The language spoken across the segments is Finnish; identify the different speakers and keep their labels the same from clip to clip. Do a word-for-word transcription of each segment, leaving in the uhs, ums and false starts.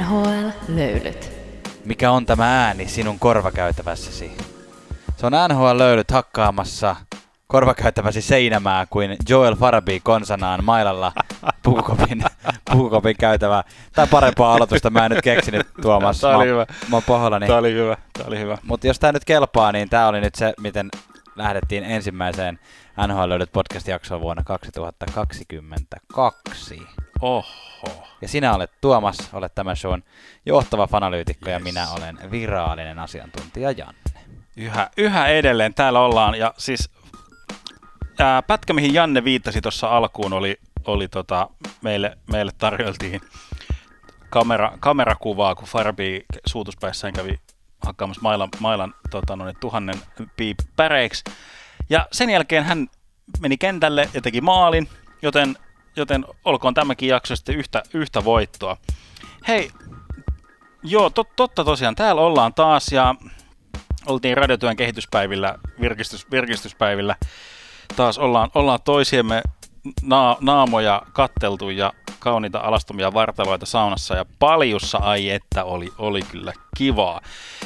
Speaker 1: N H L-löylyt.
Speaker 2: Mikä on tämä ääni sinun korvakäytävässäsi? Se on N H L-löylyt hakkaamassa korvakäytäväsi seinämää kuin Joel Farabee konsanaan mailalla pukukopin, pukukopin käytävää. Tai parempaa aloitusta mä en nyt keksinyt, Tuomas.
Speaker 3: Tää oli
Speaker 2: mä,
Speaker 3: hyvä.
Speaker 2: Mä oon pahoillani.
Speaker 3: Tää oli hyvä. Tää oli hyvä.
Speaker 2: Mutta jos tää nyt kelpaa, niin tää oli nyt se, miten lähdettiin ensimmäiseen N H L-löylyt podcast-jaksoon vuonna kaksituhattakaksikymmentäkaksi.
Speaker 3: Oho.
Speaker 2: Ja sinä olet Tuomas, olet tämän shown johtava fanalyytikko, yes. Ja minä olen virallinen asiantuntija Janne.
Speaker 3: Yhä, yhä edelleen täällä ollaan, ja siis ää, pätkä, mihin Janne viittasi tuossa alkuun, oli, oli tota, meille, meille tarjoltiin kamera, kamerakuvaa, kun Farabee suutuspäissään kävi hakkaamassa mailan, mailan tota, noin, tuhannen piip päreiksi. Ja sen jälkeen hän meni kentälle ja teki maalin, joten, joten olkoon tämäkin jakso sitten yhtä, yhtä voittoa. Hei, joo, tot, totta tosiaan, täällä ollaan taas ja oltiin radiotyön kehityspäivillä, virkistys, virkistyspäivillä. Taas ollaan, ollaan toisiemme na, naamoja katteltu ja kauniita alastomia vartaloita saunassa ja paljussa, ai että oli, oli kyllä kivaa.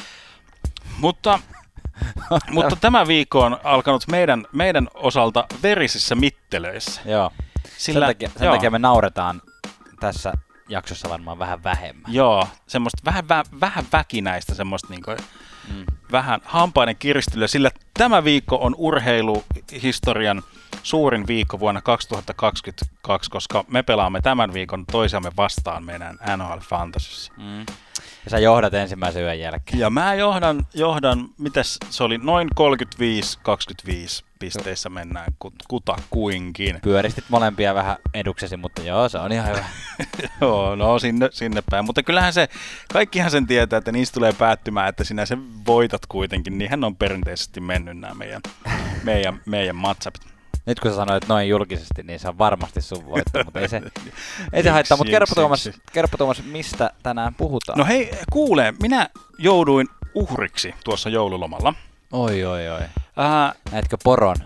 Speaker 3: Mutta, mutta tämä viikko on alkanut meidän, meidän osalta verisissä mittelöissä.
Speaker 2: Joo,
Speaker 3: Sillä,
Speaker 2: sen, takia, sen
Speaker 3: joo.
Speaker 2: takia me nauretaan tässä jaksossa varmaan vähän vähemmän.
Speaker 3: Joo, semmoista vähän, vä, vähän väkinäistä, semmoista niinku, mm. vähän hampainen kiristelyä, sillä tämä viikko on urheiluhistorian suurin viikko vuonna kaksituhattakaksikymmentäkaksi, koska me pelaamme tämän viikon toisiamme vastaan meidän N H L Fantasyssä.
Speaker 2: Mm. Ja sä johdat ensimmäisen yön jälkeen.
Speaker 3: Ja mä johdan, johdan mitäs se oli, noin kolmekymmentäviisi kaksikymmentäviisi pisteissä mennään kutakuinkin.
Speaker 2: Pyöristit molempia vähän eduksesi, mutta joo, se on ihan hyvä.
Speaker 3: Joo, no sinne, sinne päin. Mutta kyllähän se, kaikkihan sen tietää, että niistä tulee päättymään, että sinä sen voitat kuitenkin. Niinhän on perinteisesti mennyt nämä meidän, meidän, meidän matchupit.
Speaker 2: Nyt kun sä sanoit noin julkisesti, niin se on varmasti sun voitto, mutta ei se, ei se haittaa. Mutta kerropa Tuomas, kerropa Tuomas, mistä tänään puhutaan?
Speaker 3: No hei, kuule, minä jouduin uhriksi tuossa joululomalla.
Speaker 2: Oi, oi, oi.
Speaker 3: Äh,
Speaker 2: Näetkö poron?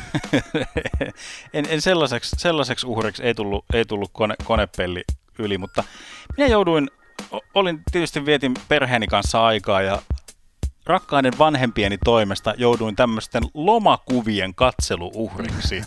Speaker 3: en, en sellaiseksi, sellaiseksi uhriksi ei tullut, ei tullut kone, konepelli yli, mutta minä jouduin, olin tietysti vietin perheeni kanssa aikaa ja rakkaiden vanhempieni toimesta jouduin tämmöisten lomakuvien katseluuhriksi.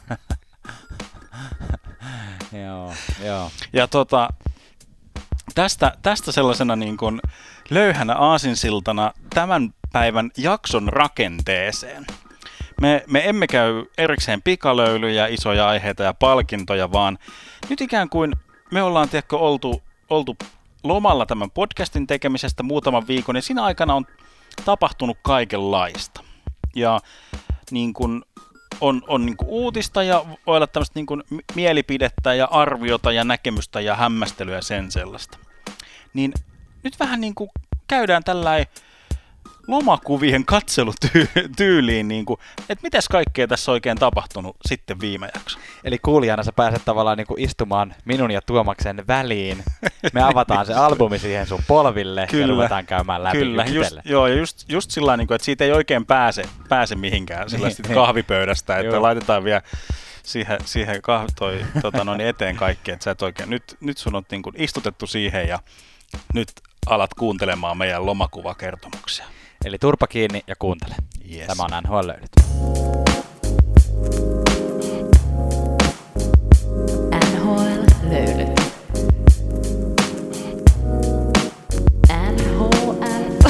Speaker 2: Joo, joo.
Speaker 3: Ja tota, tästä, tästä sellaisena niin kuin löyhänä aasinsiltana tämän päivän jakson rakenteeseen. Me, me emme käy erikseen pikalöylyjä, isoja aiheita ja palkintoja, vaan nyt ikään kuin me ollaan tiedätkö, oltu, oltu lomalla tämän podcastin tekemisestä muutaman viikon, ja siinä aikana on tapahtunut kaikenlaista. Ja niin kuin on, on niin kuin uutista ja voi olla tämmöistä niin kuin mielipidettä ja arviota ja näkemystä ja hämmästelyä sen sellaista. Niin nyt vähän niin kuin käydään tällainen lomakuvien katselutyyliin, niin kuin, että mitäs kaikkea tässä oikein tapahtunut sitten viime jakso.
Speaker 2: Eli kuulijana sä pääset tavallaan niin kuin istumaan minun ja Tuomaksen väliin. Me avataan se albumi siihen sun polville kyllä, ja ruvetaan käymään läpi
Speaker 3: kyllä, just, joo, ja just, just sillä tavalla, että siitä ei oikein pääse, pääse mihinkään sillä niin, kahvipöydästä, että joo. Laitetaan vielä siihen, siihen kahvi, toi, tota, noin eteen kaikki, että sä et oikein, nyt, nyt sun on niin kuin istutettu siihen ja nyt alat kuuntelemaan meidän lomakuvakertomuksia.
Speaker 2: Eli turpa kiinni ja kuuntele.
Speaker 3: Yes.
Speaker 2: Tämä on N H L-löylyt.
Speaker 1: N H L-löylyt. N H L.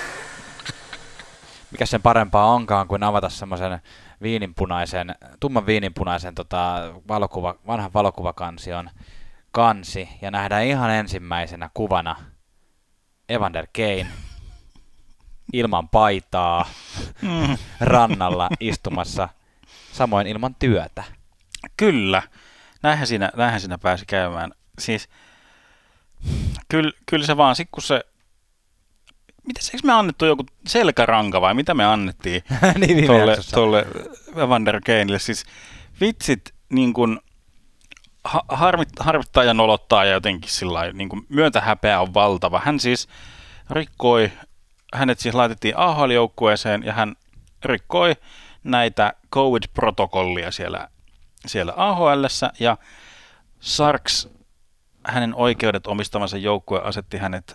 Speaker 2: Mikä sen parempaa onkaan kuin avata semmoisen viininpunaisen, tumman viininpunaisen tota, valokuva, vanhan valokuvakansion kansi ja nähdään ihan ensimmäisenä kuvana Evander Kane ilman paitaa mm. rannalla istumassa, samoin ilman työtä.
Speaker 3: Kyllä, näinhän siinä, näinhän siinä pääsi käymään. Siis, kyllä, kyllä se vaan, sit kun se, mitäs, eikö me annettu joku selkäranka vai mitä me annettiin
Speaker 2: niin,
Speaker 3: tolle, tolle Evander Kanelle? Siis vitsit niin kuin ha, harmit, harmittaa ja nolottaa ja jotenkin sillä niin kuin myöntähäpeä on valtava. Hän siis rikkoi, hänet siis laitettiin A H L-joukkueeseen ja hän rikkoi näitä COVID-protokollia siellä, siellä A H L:ssä ja Sharks, hänen oikeudet omistamansa joukkue asetti hänet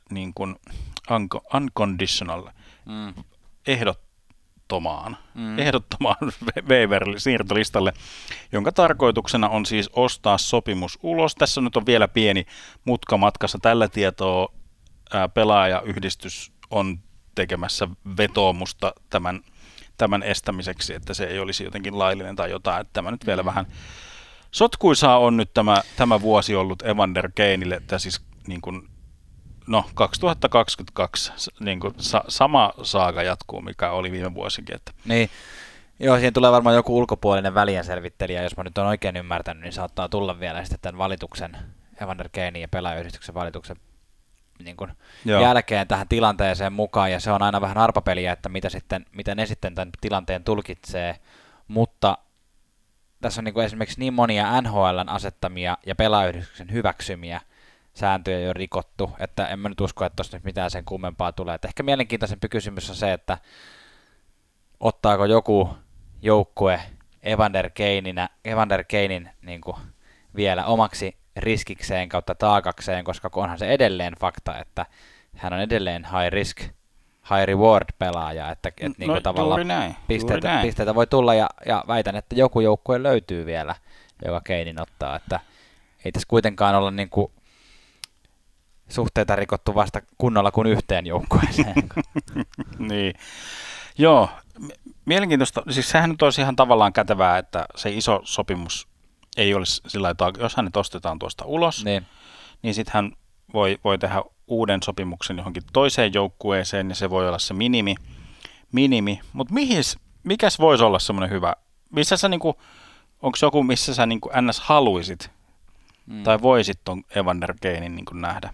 Speaker 3: niin kuin unco- unconditional,
Speaker 2: Mm.
Speaker 3: ehdottomaan,
Speaker 2: Mm.
Speaker 3: ehdottomaan waiver-siirtolistalle, jonka tarkoituksena on siis ostaa sopimus ulos. Tässä nyt on vielä pieni mutka matkassa. Tällä tietoa ää, pelaajayhdistys on tekemässä vetoomusta tämän, tämän estämiseksi, että se ei olisi jotenkin laillinen tai jotain. Että tämä nyt vielä mm. vähän sotkuisaa on nyt tämä, tämä vuosi ollut Evander Kaneille, että siis niin kuin, no kaksituhattakaksikymmentäkaksi niin kuin sa- sama saaga jatkuu, mikä oli viime vuosikin. Että.
Speaker 2: Niin, joo, siihen tulee varmaan joku ulkopuolinen välienselvittelijä, jos mä nyt olen oikein ymmärtänyt, niin saattaa tulla vielä sitten tämän valituksen, Evander Kanen ja pelaajayhdistyksen valituksen niin kuin jälkeen tähän tilanteeseen mukaan, ja se on aina vähän arpapeliä, että mitä sitten, miten ne sitten tämän tilanteen tulkitsee, mutta tässä on niin kuin esimerkiksi niin monia N H L:n asettamia ja pelaajayhdistyksen hyväksymiä sääntöjä jo rikottu, että en mä nyt usko, että tuosta nyt mitään sen kummempaa tulee. Että ehkä mielenkiintoisempi kysymys on se, että ottaako joku joukkue Evander Kaneina, Evander Kanein niin kuin vielä omaksi riskikseen kautta taakakseen, koska onhan se edelleen fakta, että hän on edelleen high risk, high reward pelaaja, että, että no, niin kuin tavallaan
Speaker 3: näin,
Speaker 2: pisteitä, pisteitä voi tulla, ja, ja väitän, että joku joukkue löytyy vielä, joka Kanein ottaa, että ei tässä kuitenkaan olla niin kuin suhteita rikottu vasta kunnolla kuin yhteen joukkueeseen.
Speaker 3: Niin, joo, mielenkiintoista, siis sehän nyt olisi ihan tavallaan kätevää, että se iso sopimus ei olisi sillä tavalla, jos hänet ostetaan tuosta ulos, niin, niin sitten hän voi, voi tehdä uuden sopimuksen johonkin toiseen joukkueeseen, ja se voi olla se minimi, minimi. Mutta mikäs voisi olla semmoinen hyvä, missä sä niinku, onko joku, missä sä niinku ns. Haluisit, mm. tai voisit ton Evander Kanein niinku nähdä?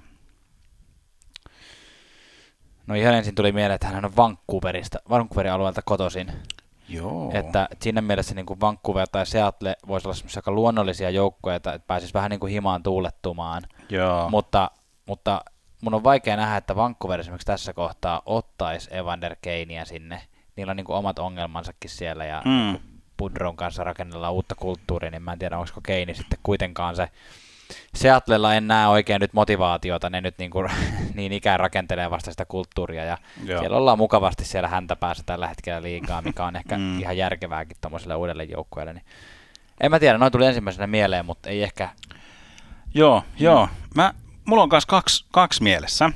Speaker 2: No ihan ensin tuli mieleen, että hän on Vancouverista, Vancouverin alueelta kotoisin.
Speaker 3: Joo. Että
Speaker 2: siinä mielessä niin kuin Vancouver tai Seattle voisi olla semmoisia aika luonnollisia joukkoja, että pääsisi vähän niin kuin himaan tuulettumaan.
Speaker 3: Joo.
Speaker 2: Mutta, mutta mun on vaikea nähdä, että Vancouver esimerkiksi tässä kohtaa ottaisi Evander Kanea sinne. Niillä on niin kuin omat ongelmansakin siellä, ja mm. Pudron kanssa rakennellaan uutta kulttuuria, niin mä en tiedä, onko Kane sitten kuitenkaan se. Seattlella en näe oikein nyt motivaatiota, ne nyt niin, kuin, niin ikään rakentelee vasta sitä kulttuuria, ja Joo. siellä ollaan mukavasti siellä häntä päässä tällä hetkellä liigaa, mikä on ehkä mm. ihan järkevääkin tuommoiselle uudelle joukkueelle. Niin en mä tiedä, noin tuli ensimmäisenä mieleen, mutta ei ehkä.
Speaker 3: Joo, mm. joo. Mä, mulla on kanssa kaksi, kaksi mielessä.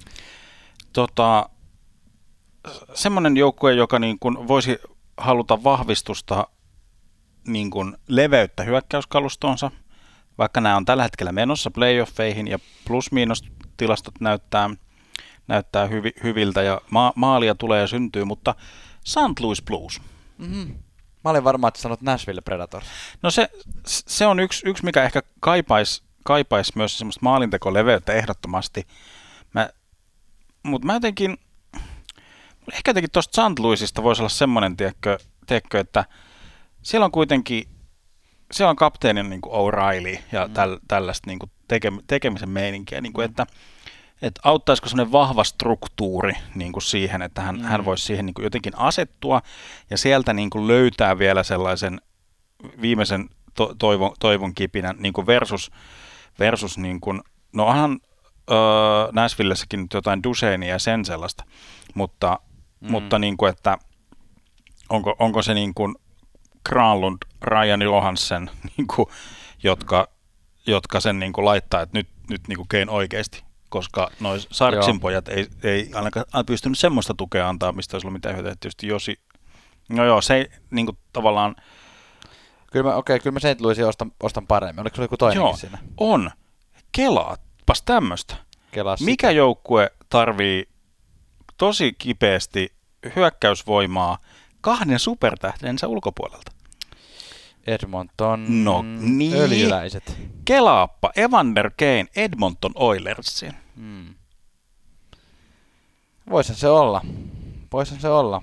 Speaker 3: Tota, semmoinen joukkue, joka niin kuin voisi haluta vahvistusta, niin kuin leveyttä hyökkäyskalustonsa, vaikka nämä on tällä hetkellä menossa playoffeihin ja plus-miinus-tilastot näyttää, näyttää hyvi, hyviltä ja ma- maalia tulee ja syntyy, mutta Saint Louis Blues.
Speaker 2: Mm-hmm. Mä olin varma, että sanot Nashville Predators.
Speaker 3: No se, se on yksi, yksi mikä ehkä kaipaisi kaipais myös semmoista maalintekoleveyttä ehdottomasti. Mutta mä jotenkin, ehkä jotenkin tuosta Saint Louisista voisi olla semmoinen, tiedätkö, tiedätkö, että siellä on kuitenkin siellä on kapteenin niin kuin O'Reilly ja mm. täl, tällaista niin kuin teke, tekemisen meininkiä, niin kuin, että, että auttaisiko sellainen vahva struktuuri niin kuin siihen, että hän, mm. hän voisi siihen niin kuin jotenkin asettua ja sieltä niin kuin löytää vielä sellaisen viimeisen to, toivon, toivon kipinän niin kuin versus, versus niin kuin, no onhan öö, Nashvillessäkin nyt jotain Duchenia ja sen sellaista, mutta, mm. mutta niin kuin, että onko, onko se niin kuin Granlund, Ryan Johansen, niin kuin, jotka, jotka sen niin kuin laittaa, että nyt, nyt niin kuin Kane oikeasti, koska noi Sarksin pojat ei, ei ainakaan pystynyt semmoista tukea antaa, mistä olisi ollut mitään hyötyä. Tietysti Josi, no joo, se ei niin kuin tavallaan.
Speaker 2: Kyllä mä, okei, kyllä mä Saint Louisin ostan, ostan paremmin. Oliko se joku toinenkin joo, siinä?
Speaker 3: On. Kelaapas tämmöistä. Mikä sitä joukkue tarvii tosi kipeästi hyökkäysvoimaa kahden supertähdensä ulkopuolelta?
Speaker 2: Edmonton
Speaker 3: no, niin.
Speaker 2: öljyläiset.
Speaker 3: Kelaappa Evander Kane Edmonton Oilersiin. Hmm.
Speaker 2: Voisihan se olla. Voisihan se olla.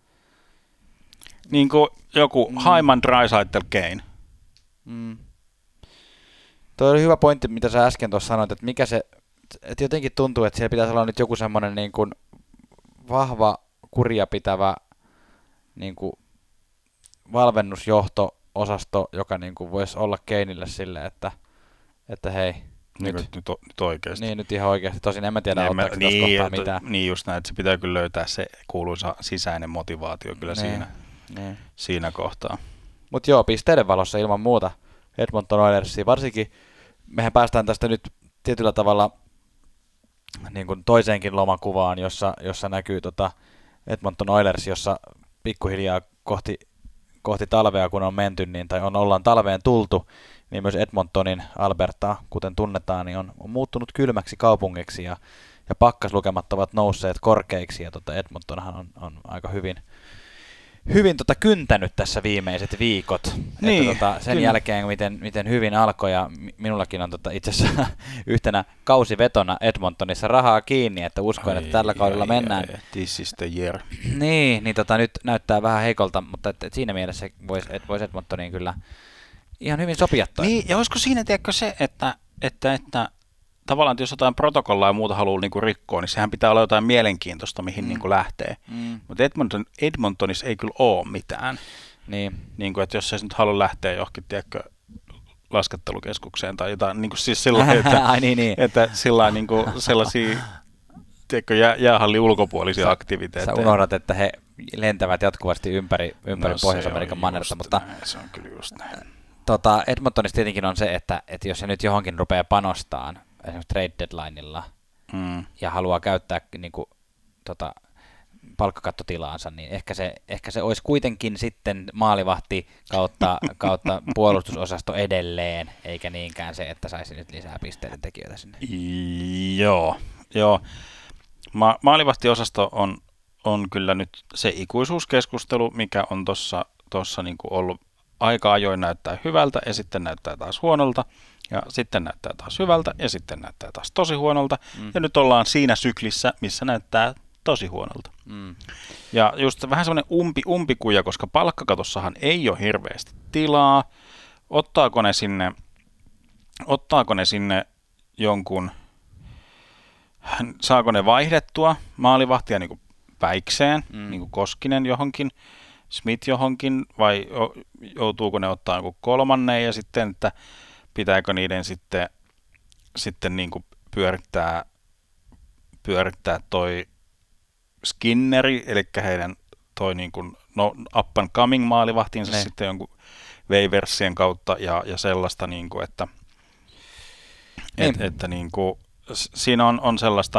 Speaker 3: Niin kuin joku mm. Hyman Draisaitl Kane.
Speaker 2: Mm. Tuo oli hyvä pointti, mitä sä äsken tuossa sanoit, että mikä se, että jotenkin tuntuu, että siellä pitäisi olla nyt joku semmoinen niin kuin vahva, kuria pitävä niin kuin valmennusjohto-osasto, joka niin kuin voisi olla Kaneille silleen, että, että hei,
Speaker 3: Nyt,
Speaker 2: Nyt.
Speaker 3: nyt, nyt oikeasti.
Speaker 2: Niin, nyt ihan oikeasti. Tosin en mä tiedä,
Speaker 3: Niin,
Speaker 2: ottaako
Speaker 3: mä-
Speaker 2: tässä
Speaker 3: niin,
Speaker 2: kohtaa
Speaker 3: to-
Speaker 2: mitään.
Speaker 3: niin just näin, että se pitää kyllä löytää se kuuluisa sisäinen motivaatio kyllä
Speaker 2: Niin,
Speaker 3: siinä,
Speaker 2: niin.
Speaker 3: siinä kohtaa.
Speaker 2: Mutta joo, pisteiden valossa ilman muuta Edmonton Oilersia. Varsinkin mehän päästään tästä nyt tietyllä tavalla niin kuin toiseenkin lomakuvaan, jossa, jossa näkyy tota Edmonton Oilers, jossa pikkuhiljaa kohti, kohti talvea kun on menty, niin, tai on, ollaan talveen tultu, niin myös Edmontonin Alberta, kuten tunnetaan, niin on, on muuttunut kylmäksi kaupungiksi ja, ja pakkaslukemat ovat nousseet korkeiksi ja tota Edmontonhan on, on aika hyvin, hyvin tota kyntänyt tässä viimeiset viikot.
Speaker 3: Niin,
Speaker 2: että tota, sen
Speaker 3: kyllä.
Speaker 2: jälkeen, miten, miten hyvin alkoi, ja mi- minullakin on tota itse asiassa yhtenä kausivetona Edmontonissa rahaa kiinni, että uskoin, että tällä kaudella mennään.
Speaker 3: Ai, this is the year.
Speaker 2: Niin, niin tota, nyt näyttää vähän heikolta, mutta et, et siinä mielessä voisi et, vois Edmontoniin kyllä ihan hyvin sopia toi.
Speaker 3: Niin, ja olisiko siinä tiedätkö se, että, että, että tavallaan että jos jotain protokollaa ja muuta haluaa niinku rikkoa, niin sehän pitää olla jotain mielenkiintoista, mihin
Speaker 2: Mm.
Speaker 3: niinku lähtee.
Speaker 2: Mm,
Speaker 3: Mutta Edmonton, Edmontonissa ei kyllä ole mitään.
Speaker 2: niin,
Speaker 3: Niin kuin, että jos ei se nyt halua lähteä johonkin, tiedätkö, laskettelukeskukseen tai jotain, niin kuin siis sillä että,
Speaker 2: ai niin, niin.
Speaker 3: että sillä niin kuin sellaisia, tiedätkö, jää, jäähallin ulkopuolisia
Speaker 2: Sä
Speaker 3: aktiviteetteja.
Speaker 2: unohdat, että he lentävät jatkuvasti ympäri, ympäri
Speaker 3: No, se
Speaker 2: Pohjois-Amerikan
Speaker 3: on
Speaker 2: mannerta,
Speaker 3: just
Speaker 2: mutta
Speaker 3: näin, se on kyllä just näin.
Speaker 2: tota, Edmontonissa tietenkin on se, että, että jos se nyt johonkin rupeaa panostaan, esimerkiksi trade deadlineilla,
Speaker 3: Mm.
Speaker 2: ja haluaa käyttää niin kuin, tota, palkkakattotilaansa, niin ehkä se, ehkä se olisi kuitenkin sitten maalivahti kautta, kautta puolustusosasto edelleen, eikä niinkään se, että saisi nyt lisää pisteiden tekijöitä sinne.
Speaker 3: Joo, joo. Ma- maalivahtiosasto on, on kyllä nyt se ikuisuuskeskustelu, mikä on tuossa tossa niinku ollut aika ajoin näyttää hyvältä ja sitten näyttää taas huonolta ja sitten näyttää taas hyvältä ja sitten näyttää taas tosi huonolta.
Speaker 2: Mm.
Speaker 3: Ja nyt ollaan siinä syklissä, missä näyttää tosi huonolta.
Speaker 2: Mm.
Speaker 3: Ja just vähän semmoinen umpi, umpikuja, koska palkkakatossahan ei ole hirveästi tilaa. Ottaako ne sinne, ottaako ne sinne jonkun, saako ne vaihdettua maalivahtia niin kuin päikseen,
Speaker 2: Mm.
Speaker 3: niin kuin Koskinen johonkin, Smith johonkin, vai jo- joutuuko ne ottaa joku kolmannen ja sitten, että pitääkö niiden sitten, sitten niin kuin pyörittää, pyörittää toi Skinneri, eli heidän toi niin kuin no, up and coming maalivahtinsa
Speaker 2: Ne.
Speaker 3: sitten jonkun waiversien kautta ja, ja sellaista, niin kuin, että, et,
Speaker 2: Niin.
Speaker 3: että niin kuin, s- siinä on, on sellaista,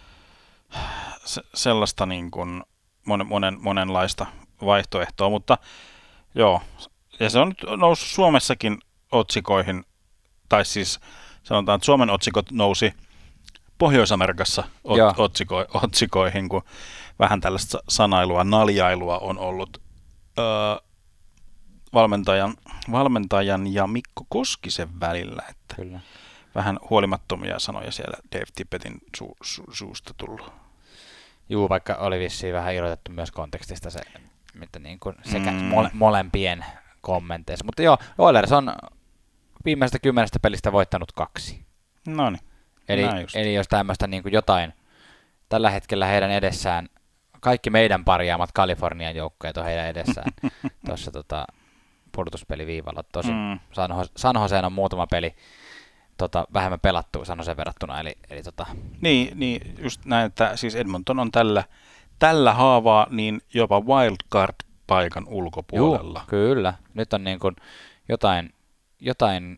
Speaker 3: se, sellaista niin kuin monen, monen, monenlaista vaihtoehtoa, mutta joo, ja se on nyt noussut Suomessakin otsikoihin, tai siis sanotaan, että Suomen otsikot nousi Pohjois-Amerikassa
Speaker 2: Joo.
Speaker 3: ot, otsiko, otsikoihin, kun vähän tällaista sanailua, naljailua on ollut öö, valmentajan, valmentajan ja Mikko Koskisen välillä, että
Speaker 2: Kyllä.
Speaker 3: vähän huolimattomia sanoja siellä Dave Tippetin su, su, suusta tullut.
Speaker 2: Juu, vaikka oli vissiin vähän irrotettu myös kontekstista se, mitä niin kuin sekä
Speaker 3: Mm.
Speaker 2: mole, molempien kommenteissa. Mutta joo, Oilers on viimeisestä kymmenestä pelistä voittanut kaksi.
Speaker 3: No niin,
Speaker 2: Eli,
Speaker 3: näin just.
Speaker 2: eli jos tämmöistä niin kuin jotain, tällä hetkellä heidän edessään, kaikki meidän parjaamat Kalifornian joukkueet on heidän edessään tuossa tota, pudotuspeliviivalla. Tosin
Speaker 3: Mm.
Speaker 2: San, Jose, San Joseen on muutama peli tota, vähemmän pelattu San Joseen verrattuna, eli, eli tota,
Speaker 3: Niin, niin, just näin, että siis Edmonton on tällä, tällä haavaa niin jopa wildcard-paikan ulkopuolella.
Speaker 2: juu, kyllä. Nyt on niin kuin jotain, jotain,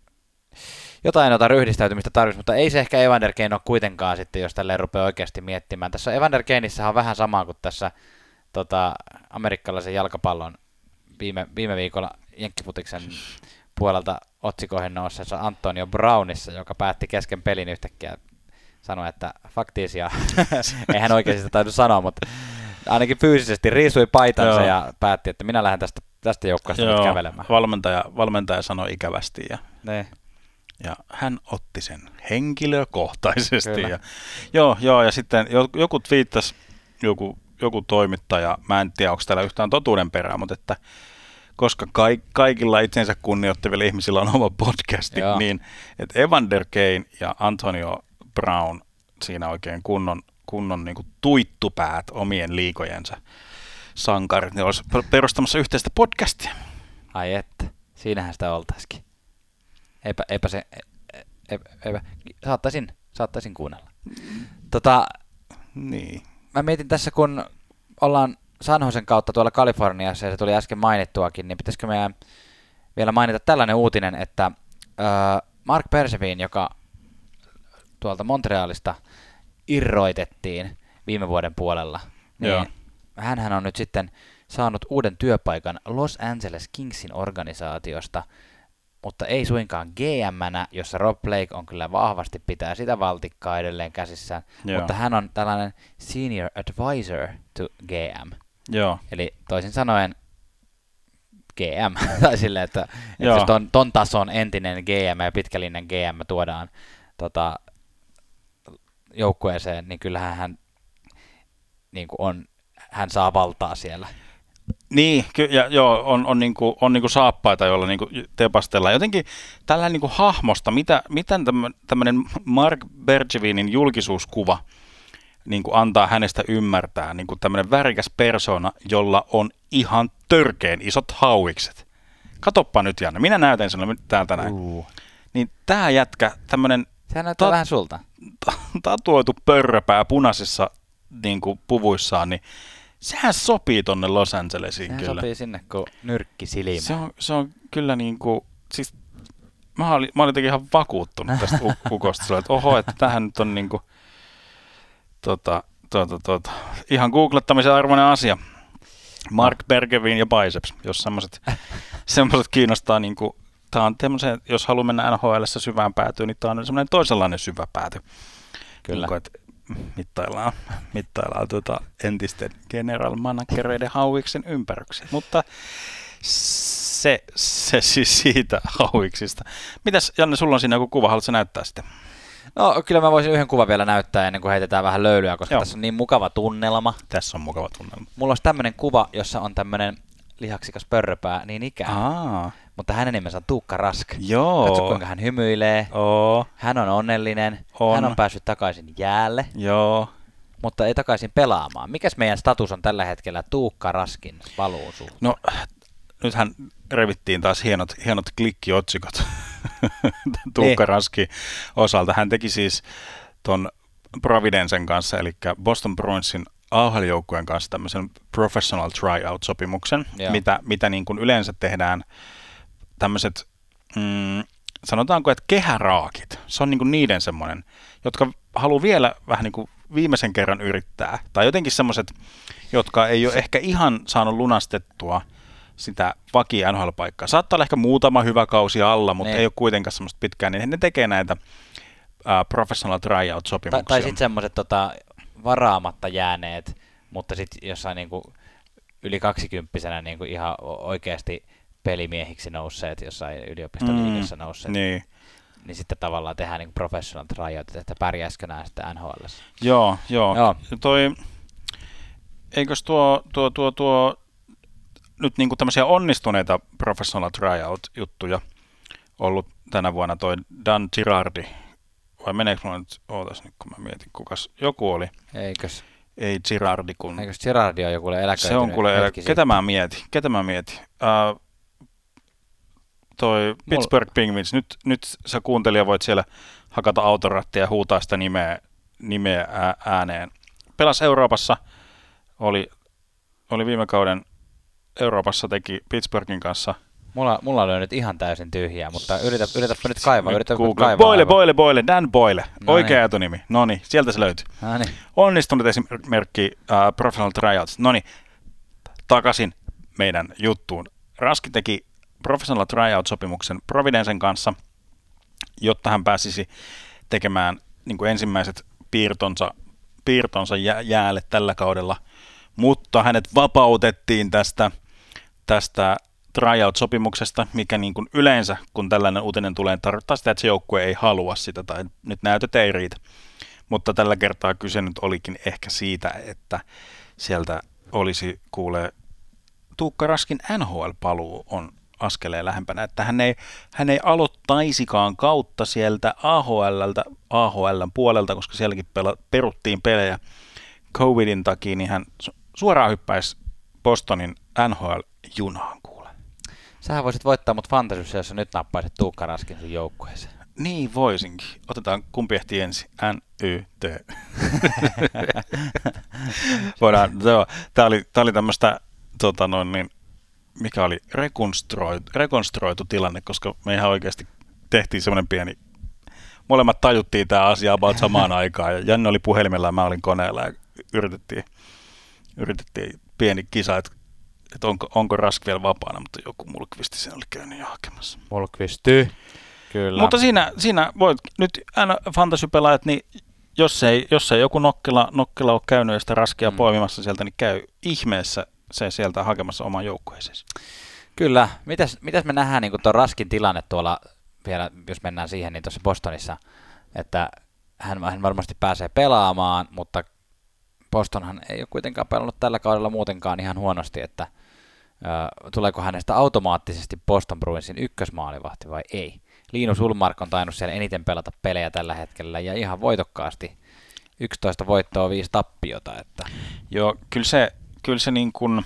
Speaker 2: jotain jota ryhdistäytymistä tarvitsisi, mutta ei se ehkä Evander Kane ole kuitenkaan sitten, jos tälleen rupeaa oikeasti miettimään. Tässä Evander Kaneissahan on vähän sama kuin tässä tota, amerikkalaisen jalkapallon viime, viime viikolla Jenkkiputiksen puolelta otsikoihin nousseessa Antonio Brownissa, joka päätti kesken pelin yhtäkkiä sanoa, että faktisia, ei hän oikein sitä taidu sanoa, mutta ainakin fyysisesti riisui paitansa
Speaker 3: Joo.
Speaker 2: ja päätti, että minä lähden tästä, tästä joukkueesta nyt kävelemään.
Speaker 3: valmentaja, valmentaja sanoi ikävästi ja,
Speaker 2: Ne.
Speaker 3: ja hän otti sen henkilökohtaisesti.
Speaker 2: Kyllä.
Speaker 3: Ja, joo, joo, ja sitten jo- joku twiittasi, joku, joku toimittaja, mä en tiedä, onko täällä yhtään totuuden perää, mutta että koska kaik, kaikilla itsensä kunnioittavilla ihmisillä on oma podcasti,
Speaker 2: Joo.
Speaker 3: niin että Evander Kane ja Antonio Brown siinä oikein kunnon, kunnon niin kuin tuittupäät omien liikojensa sankarit, ne olisi perustamassa yhteistä podcastia.
Speaker 2: Ai että, siinähän sitä oltaisikin. Eipä, eipä, se, ei, ei, saattaisin, saattaisin kuunnella. Tota,
Speaker 3: Niin.
Speaker 2: mä mietin tässä, kun ollaan San Josen kautta tuolla Kaliforniassa, ja se tuli äsken mainittuakin, niin pitäisikö meidän vielä mainita tällainen uutinen, että äh, Mark Bergevin, joka tuolta Montrealista irroitettiin viime vuoden puolella, niin hänhän on nyt sitten saanut uuden työpaikan Los Angeles Kingsin organisaatiosta, mutta ei suinkaan G M-nä, jossa Rob Blake on kyllä vahvasti pitää sitä valtikkaa edelleen käsissään,
Speaker 3: Joo.
Speaker 2: mutta hän on tällainen senior advisor to G M.
Speaker 3: Joo.
Speaker 2: Eli toisin sanoen G M, tai silleen, että, että
Speaker 3: Joo.
Speaker 2: jos ton, ton tason entinen G M ja pitkälinjan G M tuodaan tota, joukkueeseen, niin kyllähän hän, niin kuin on, hän saa valtaa siellä.
Speaker 3: Niin, ky- ja joo, on, on, niinku, on niinku saappaita, joilla niinku tepastellaan. Jotenkin tällainen niinku hahmosta, mitä, miten tämmöinen Mark Bergevinin julkisuuskuva niinku antaa hänestä ymmärtää, niinku tämmöinen värikäs persona, jolla on ihan törkeen isot hauikset. Katoppa nyt, Janne, minä näytän sinulle täältä näin.
Speaker 2: Uh.
Speaker 3: Niin tää jätkä, tämmöinen
Speaker 2: Sehän näyttää
Speaker 3: Ta-
Speaker 2: vähän sulta.
Speaker 3: tatuoitu pörröpää punaisissa niinku puvuissaan, niin sehän sopii tonne Los Angelesiin.
Speaker 2: Sehän
Speaker 3: kyllä.
Speaker 2: sopii sinne kuin nyrkki silmään.
Speaker 3: Se on, se on kyllä niinku, siis mä olin, mä olin jotenkin ihan vakuuttunut tästä u- ukosta, sillä, että oho, että tähän nyt on niinku, tota, tota, tota, ihan googlettamisen arvoinen asia. Mark Bergevin ja biceps, jos semmoiset, semmoiset kiinnostaa, niinku, tää on tämmöisen, jos haluaa mennä N H L:ssä syvään päätyyn, niin tää on semmoinen toisenlainen syvä pääty.
Speaker 2: Kyllä.
Speaker 3: Niinku, että mittaillaan, mittaillaan tuota entisten general managereiden hauiksen ympäryksen, mutta se, se siis siitä hauiksista. Mitäs, Janne, sulla on siinä joku kuva, haluatko näyttää sitä?
Speaker 2: No kyllä mä voisin yhden kuvan vielä näyttää ennen kuin heitetään vähän löylyä, koska
Speaker 3: Joo.
Speaker 2: tässä on niin mukava tunnelma.
Speaker 3: Tässä on mukava tunnelma.
Speaker 2: Mulla olisi tämmönen kuva, jossa on tämmönen lihaksikas pörröpää niin ikään.
Speaker 3: Aa,
Speaker 2: Mutta hänen nimensä on Tuukka Rask.
Speaker 3: joo.
Speaker 2: Katso kuinka hän hymyilee.
Speaker 3: Oo,
Speaker 2: Hän on onnellinen.
Speaker 3: On.
Speaker 2: Hän on päässyt takaisin jäälle,
Speaker 3: joo.
Speaker 2: mutta ei takaisin pelaamaan. Mikäs meidän status on tällä hetkellä Tuukka Raskin paluun suhteen?
Speaker 3: No, nythän revittiin taas hienot, hienot klikkiotsikot Tuukka
Speaker 2: Niin.
Speaker 3: Raskin osalta. Hän teki siis ton Providencen kanssa, eli Boston Bruinsin A H L-joukkueen kanssa tämmöisen professional tryout-sopimuksen,
Speaker 2: Joo.
Speaker 3: mitä, mitä niin kuin yleensä tehdään tämmöiset, mm, sanotaanko, että kehäraakit. Se on niin kuin niiden semmoinen, jotka haluaa vielä vähän niin kuin viimeisen kerran yrittää. Tai jotenkin semmoiset, jotka ei ole ehkä ihan saanut lunastettua sitä vakia N H L-paikkaa. Saattaa olla ehkä muutama hyvä kausi alla, mutta
Speaker 2: Niin.
Speaker 3: ei ole kuitenkaan semmoista pitkään, niin ne tekee näitä uh, professional tryout-sopimuksia.
Speaker 2: Tai, tai sitten semmoiset tota, varaamatta jääneet, mutta sitten jossain niinku yli kaksikymppisenä niinku ihan o- oikeasti pelimiehiksi nousseet, jossain yliopistoliigassa mm, nousseet, niin.
Speaker 3: Niin.
Speaker 2: niin sitten tavallaan tehdään niinku professional tryout, että pärjäisikö nämä sitten N H L:ssä.
Speaker 3: Joo, joo.
Speaker 2: Joo.
Speaker 3: Toi, eikös tuo, tuo, tuo, tuo nyt niinku tämmöisiä onnistuneita professional tryout-juttuja ollut tänä vuonna toi Dan Girardi, vai meneekö mulla nyt, ootas nyt kun mä mietin, kukas joku oli,
Speaker 2: Eikös,
Speaker 3: ei Girardi, kun
Speaker 2: eikös Girardi ole joku eläköitynyt?
Speaker 3: se on kuule, elä,
Speaker 2: hetki
Speaker 3: ketä mä mietin, ketä mä mietin, uh, toi Pittsburgh Penguins, nyt, nyt sä kuuntelija voit siellä hakata autorattia ja huutaa sitä nimeä, nimeä ää- ääneen. Pelas Euroopassa, oli, oli viime kauden Euroopassa, teki Pittsburghin kanssa.
Speaker 2: Mulla, mulla oli nyt ihan täysin tyhjää, mutta yritä, yritäpä nyt kaivaa. Yritäpä
Speaker 3: Google.
Speaker 2: kaivaa.
Speaker 3: Boyle,
Speaker 2: aivan.
Speaker 3: Boyle, Boyle, Dan Boyle,
Speaker 2: No
Speaker 3: oikea
Speaker 2: niin.
Speaker 3: etunimi. No niin, sieltä se löytyy.
Speaker 2: No niin.
Speaker 3: Onnistunut esimerkki uh, Professional Tryouts. No niin, takaisin meidän juttuun. Raski teki Professional Tryout-sopimuksen Providencen kanssa, jotta hän pääsisi tekemään niin kuin ensimmäiset piirtonsa, piirtonsa jä, jäälle tällä kaudella, mutta hänet vapautettiin tästä, tästä tryout-sopimuksesta, mikä niin kuin yleensä, kun tällainen uutinen tulee, tarkoittaa sitä, että se joukkue ei halua sitä tai nyt näytöt ei riitä. Mutta tällä kertaa kyse nyt olikin ehkä siitä, että sieltä olisi kuulee Tuukka Raskin N H L-paluu on askeleen lähempänä, että hän ei, hän ei aloittaisikaan kautta sieltä A H L:ltä, A H L:n puolelta, koska sielläkin pela, peruttiin pelejä covidin takia, niin hän su- suoraan hyppäisi Bostonin N H L-junaan kuule.
Speaker 2: Sähän voisit voittaa mut Fantasyssä, jos sä nyt nappaisit Tuukka Raskin sun joukkueeseen.
Speaker 3: Niin voisinkin. Otetaan kumpi ehtii ensin. N, Y, T. Voidaan, joo. Tää oli, tää oli tämmöistä, tota noin, niin, mikä oli rekonstruoitu, rekonstruoitu tilanne, koska me ihan oikeasti tehtiin semmoinen pieni, molemmat tajuttiin tää asia about samaan aikaan, ja Janne oli puhelimella ja mä olin koneella, ja yritettiin, yritettiin pieni kisa, että et onko, onko Rask vielä vapaana, mutta joku Mulkvisti sen oli käynyt jo hakemassa.
Speaker 2: Mulkvisti. Kyllä.
Speaker 3: Mutta siinä, siinä voit nyt aina fantasy-pelaajat, niin jos ei, jos ei joku nokkela, nokkela ole käynyt ja sitä Raskia mm. poimimassa sieltä, niin käy ihmeessä se sieltä hakemassa oman joukkueeseen.
Speaker 2: Kyllä. Mitäs, mitäs me nähdään niin tuon Raskin tilanne tuolla, vielä jos mennään siihen, niin tuossa Bostonissa, että hän, hän varmasti pääsee pelaamaan, mutta Bostonhan ei ole kuitenkaan pelannut tällä kaudella muutenkaan ihan huonosti, että ö, tuleeko hänestä automaattisesti Boston Bruinsin ykkösmaalivahti vai ei. Linus Ullmark on tainnut siellä eniten pelata pelejä tällä hetkellä ja ihan voitokkaasti. yksitoista voittoa, viisi tappiota. Että.
Speaker 3: Joo, kyllä se, kyllä se niin kuin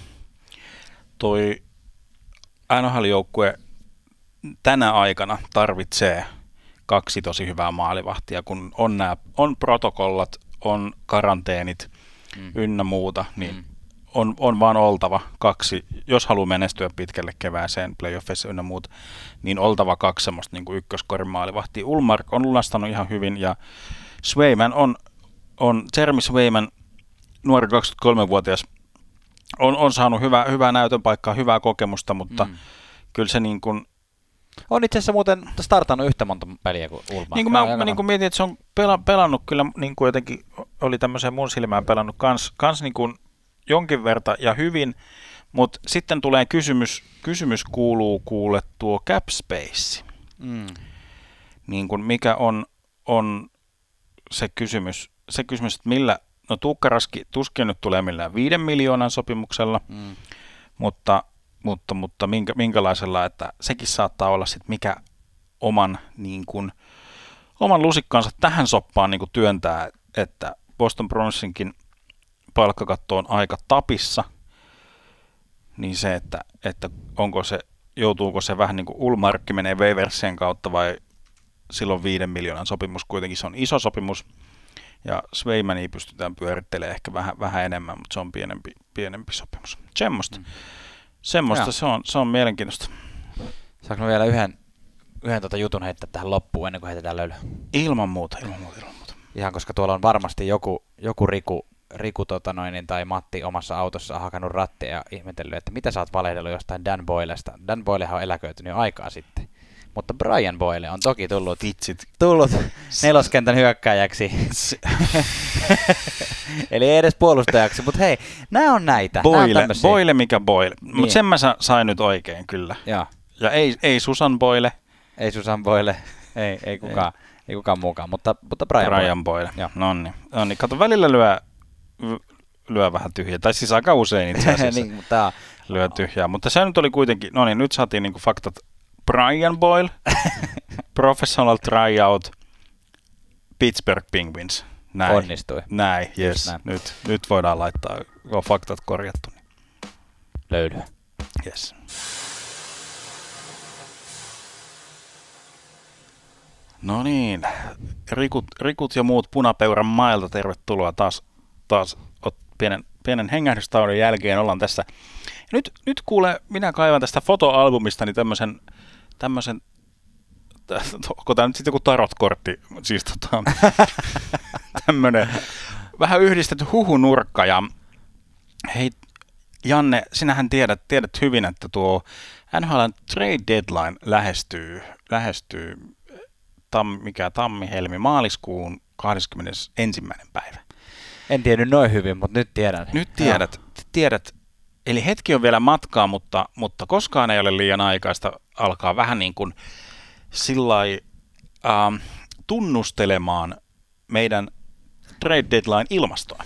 Speaker 3: toi N H L-joukkue tänä aikana tarvitsee kaksi tosi hyvää maalivahtia, kun on, nämä, on protokollat, on karanteenit mm. ynnä muuta, niin mm. on, on vaan oltava kaksi, jos haluaa menestyä pitkälle kevääseen playoffeissa ynnä muuta, niin oltava kaksi semmoista niin kuin ykköskorin maalivahtia. Ullmark on lunastanut ihan hyvin ja Swayman on, on Jeremy Swayman, nuori kaksikymmentäkolmevuotias, on, on saanut hyvää, hyvää näytön paikkaa, hyvää kokemusta, mutta mm. kyllä se niin kuin
Speaker 2: on itse asiassa muuten startannut yhtä monta peliä kuin Ullmark.
Speaker 3: Niin kuin mä, mä, mä niin kuin mietin, että se on pela, pelannut kyllä niin kuin jotenkin, oli tämmöiseen mun silmään pelannut kans, kans niin kuin jonkin verta ja hyvin, mutta sitten tulee kysymys, kysymys kuuluu kuule tuo cap space. Mm. Niin kuin mikä on, on se kysymys, se kysymys, että millä, no Tuukka Raski tuskin nyt tulee millään viiden miljoonan sopimuksella, mm. mutta Mutta, mutta minkä, minkälaisella, että sekin saattaa olla sitten mikä oman, niin kuin, oman lusikkansa tähän soppaan niin kuin työntää, että Boston Bruinsinkin palkkakatto on aika tapissa, niin se, että, että onko se, joutuuko se vähän niin kuin Ullmarkki menee waiversien kautta vai silloin viiden miljoonan sopimus, kuitenkin se on iso sopimus, ja Swaymania pystytään pyörittelemään ehkä vähän, vähän enemmän, mutta se on pienempi, pienempi sopimus. Semmosta. Mm. Semmoista se on, se on mielenkiintoista.
Speaker 2: Saanko vielä yhden, yhden tota jutun heittää tähän loppuun ennen kuin heitetään löylyä?
Speaker 3: Ilman muuta, ilman muuta, ilman muuta.
Speaker 2: Ihan koska tuolla on varmasti joku, joku Riku, Riku tota noin, tai Matti omassa autossa hakannut rattia ja ihmetellyt, että mitä sä oot valehdellut jostain Dan Boylesta. Dan Boylehan on eläköitynyt jo aikaa sitten. Mutta Brian Boyle on toki tullut,
Speaker 3: Vitsit.
Speaker 2: tullut neloskentän hyökkääjäksi. Eli ei edes puolustajaksi, mutta hei, nämä on näitä.
Speaker 3: Boyle, Boyle mikä Boyle.
Speaker 2: Niin.
Speaker 3: Mutta sen mä sain nyt oikein kyllä.
Speaker 2: Ja,
Speaker 3: ja ei, ei Susan Boyle.
Speaker 2: Ei Susan Boyle, ei, ei, kukaan, ei. ei kukaan muukaan, mutta, mutta Brian,
Speaker 3: Brian Boyle. Boyle. No niin, no niin. Kato, välillä lyö, lyö vähän tyhjää, tai siis aika usein itse asiassa
Speaker 2: niin, mutta
Speaker 3: lyö tyhjää. Mutta se nyt oli kuitenkin, no niin, nyt saatiin niinku faktat. Brian Boyle, professional tryout, Pittsburgh Penguins. Näin.
Speaker 2: Onnistui.
Speaker 3: Näin, yes. Näin. Nyt, nyt voidaan laittaa, on faktat korjattu. Niin.
Speaker 2: Löydyä.
Speaker 3: Yes. No niin, Rikut, Rikut ja muut punapeuran mailta, tervetuloa taas, taas pienen, pienen hengähdystauon jälkeen ollaan tässä. Nyt, nyt kuule, minä kaivan tästä fotoalbumistani tämmöisen, tämmöisen, onko tämä nyt sitten joku tarotkortti, siis tota, tämmöinen vähän yhdistetty huhunurkka. Ja hei Janne, sinähän tiedät, tiedät hyvin, että tuo N H L:n trade deadline lähestyy, lähestyy tam, mikä tammi, helmi, maaliskuun kahdeskymmenesensimmäinen päivä.
Speaker 2: En tiennyt noin hyvin, mutta nyt tiedän.
Speaker 3: Nyt tiedät, tiedät. Eli hetki on vielä matkaa, mutta, mutta koskaan ei ole liian aikaista alkaa vähän niin kuin sillai, ähm, tunnustelemaan meidän trade deadline ilmastoa.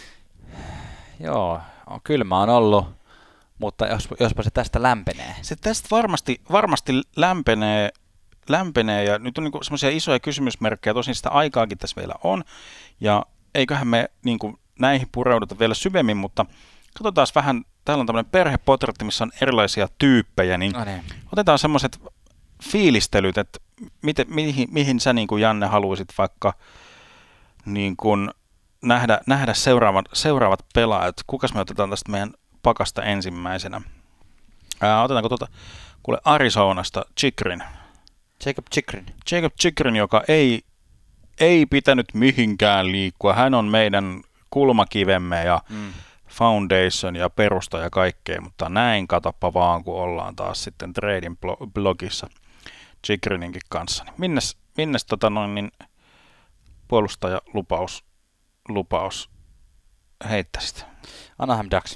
Speaker 2: Joo, kylmä on ollut, mutta jos, jospa se tästä lämpenee.
Speaker 3: Se tästä varmasti, varmasti lämpenee, lämpenee ja nyt on niin kuin semmoisia isoja kysymysmerkkejä, tosin sitä aikaakin tässä vielä on ja eiköhän me niin kuin näihin pureuduta vielä syvemmin, mutta katsotaan vähän, täällä on tämmöinen perheportretti, missä on erilaisia tyyppejä, niin
Speaker 2: no niin.
Speaker 3: Otetaan semmoiset fiilistelyt, että miten, mihin, mihin sä niin kuin Janne haluaisit vaikka niin kuin nähdä, nähdä seuraavat, seuraavat pelaajat? Kukas me otetaan tästä meidän pakasta ensimmäisenä? Ää, otetaanko tuota, kuule Arizonasta Chikrin.
Speaker 2: Jacob Chikrin.
Speaker 3: Jacob Chikrin, joka ei, ei pitänyt mihinkään liikkua. Hän on meidän kulmakivemme ja mm. foundation ja perusta ja kaikkea, mutta näin katoppa vaan, kun ollaan taas sitten Trading blogissa Chikrininkin kanssa. Minnes, minnes tota noin, niin puolustaja lupaus, lupaus heittäisit?
Speaker 2: Anaheim Ducks.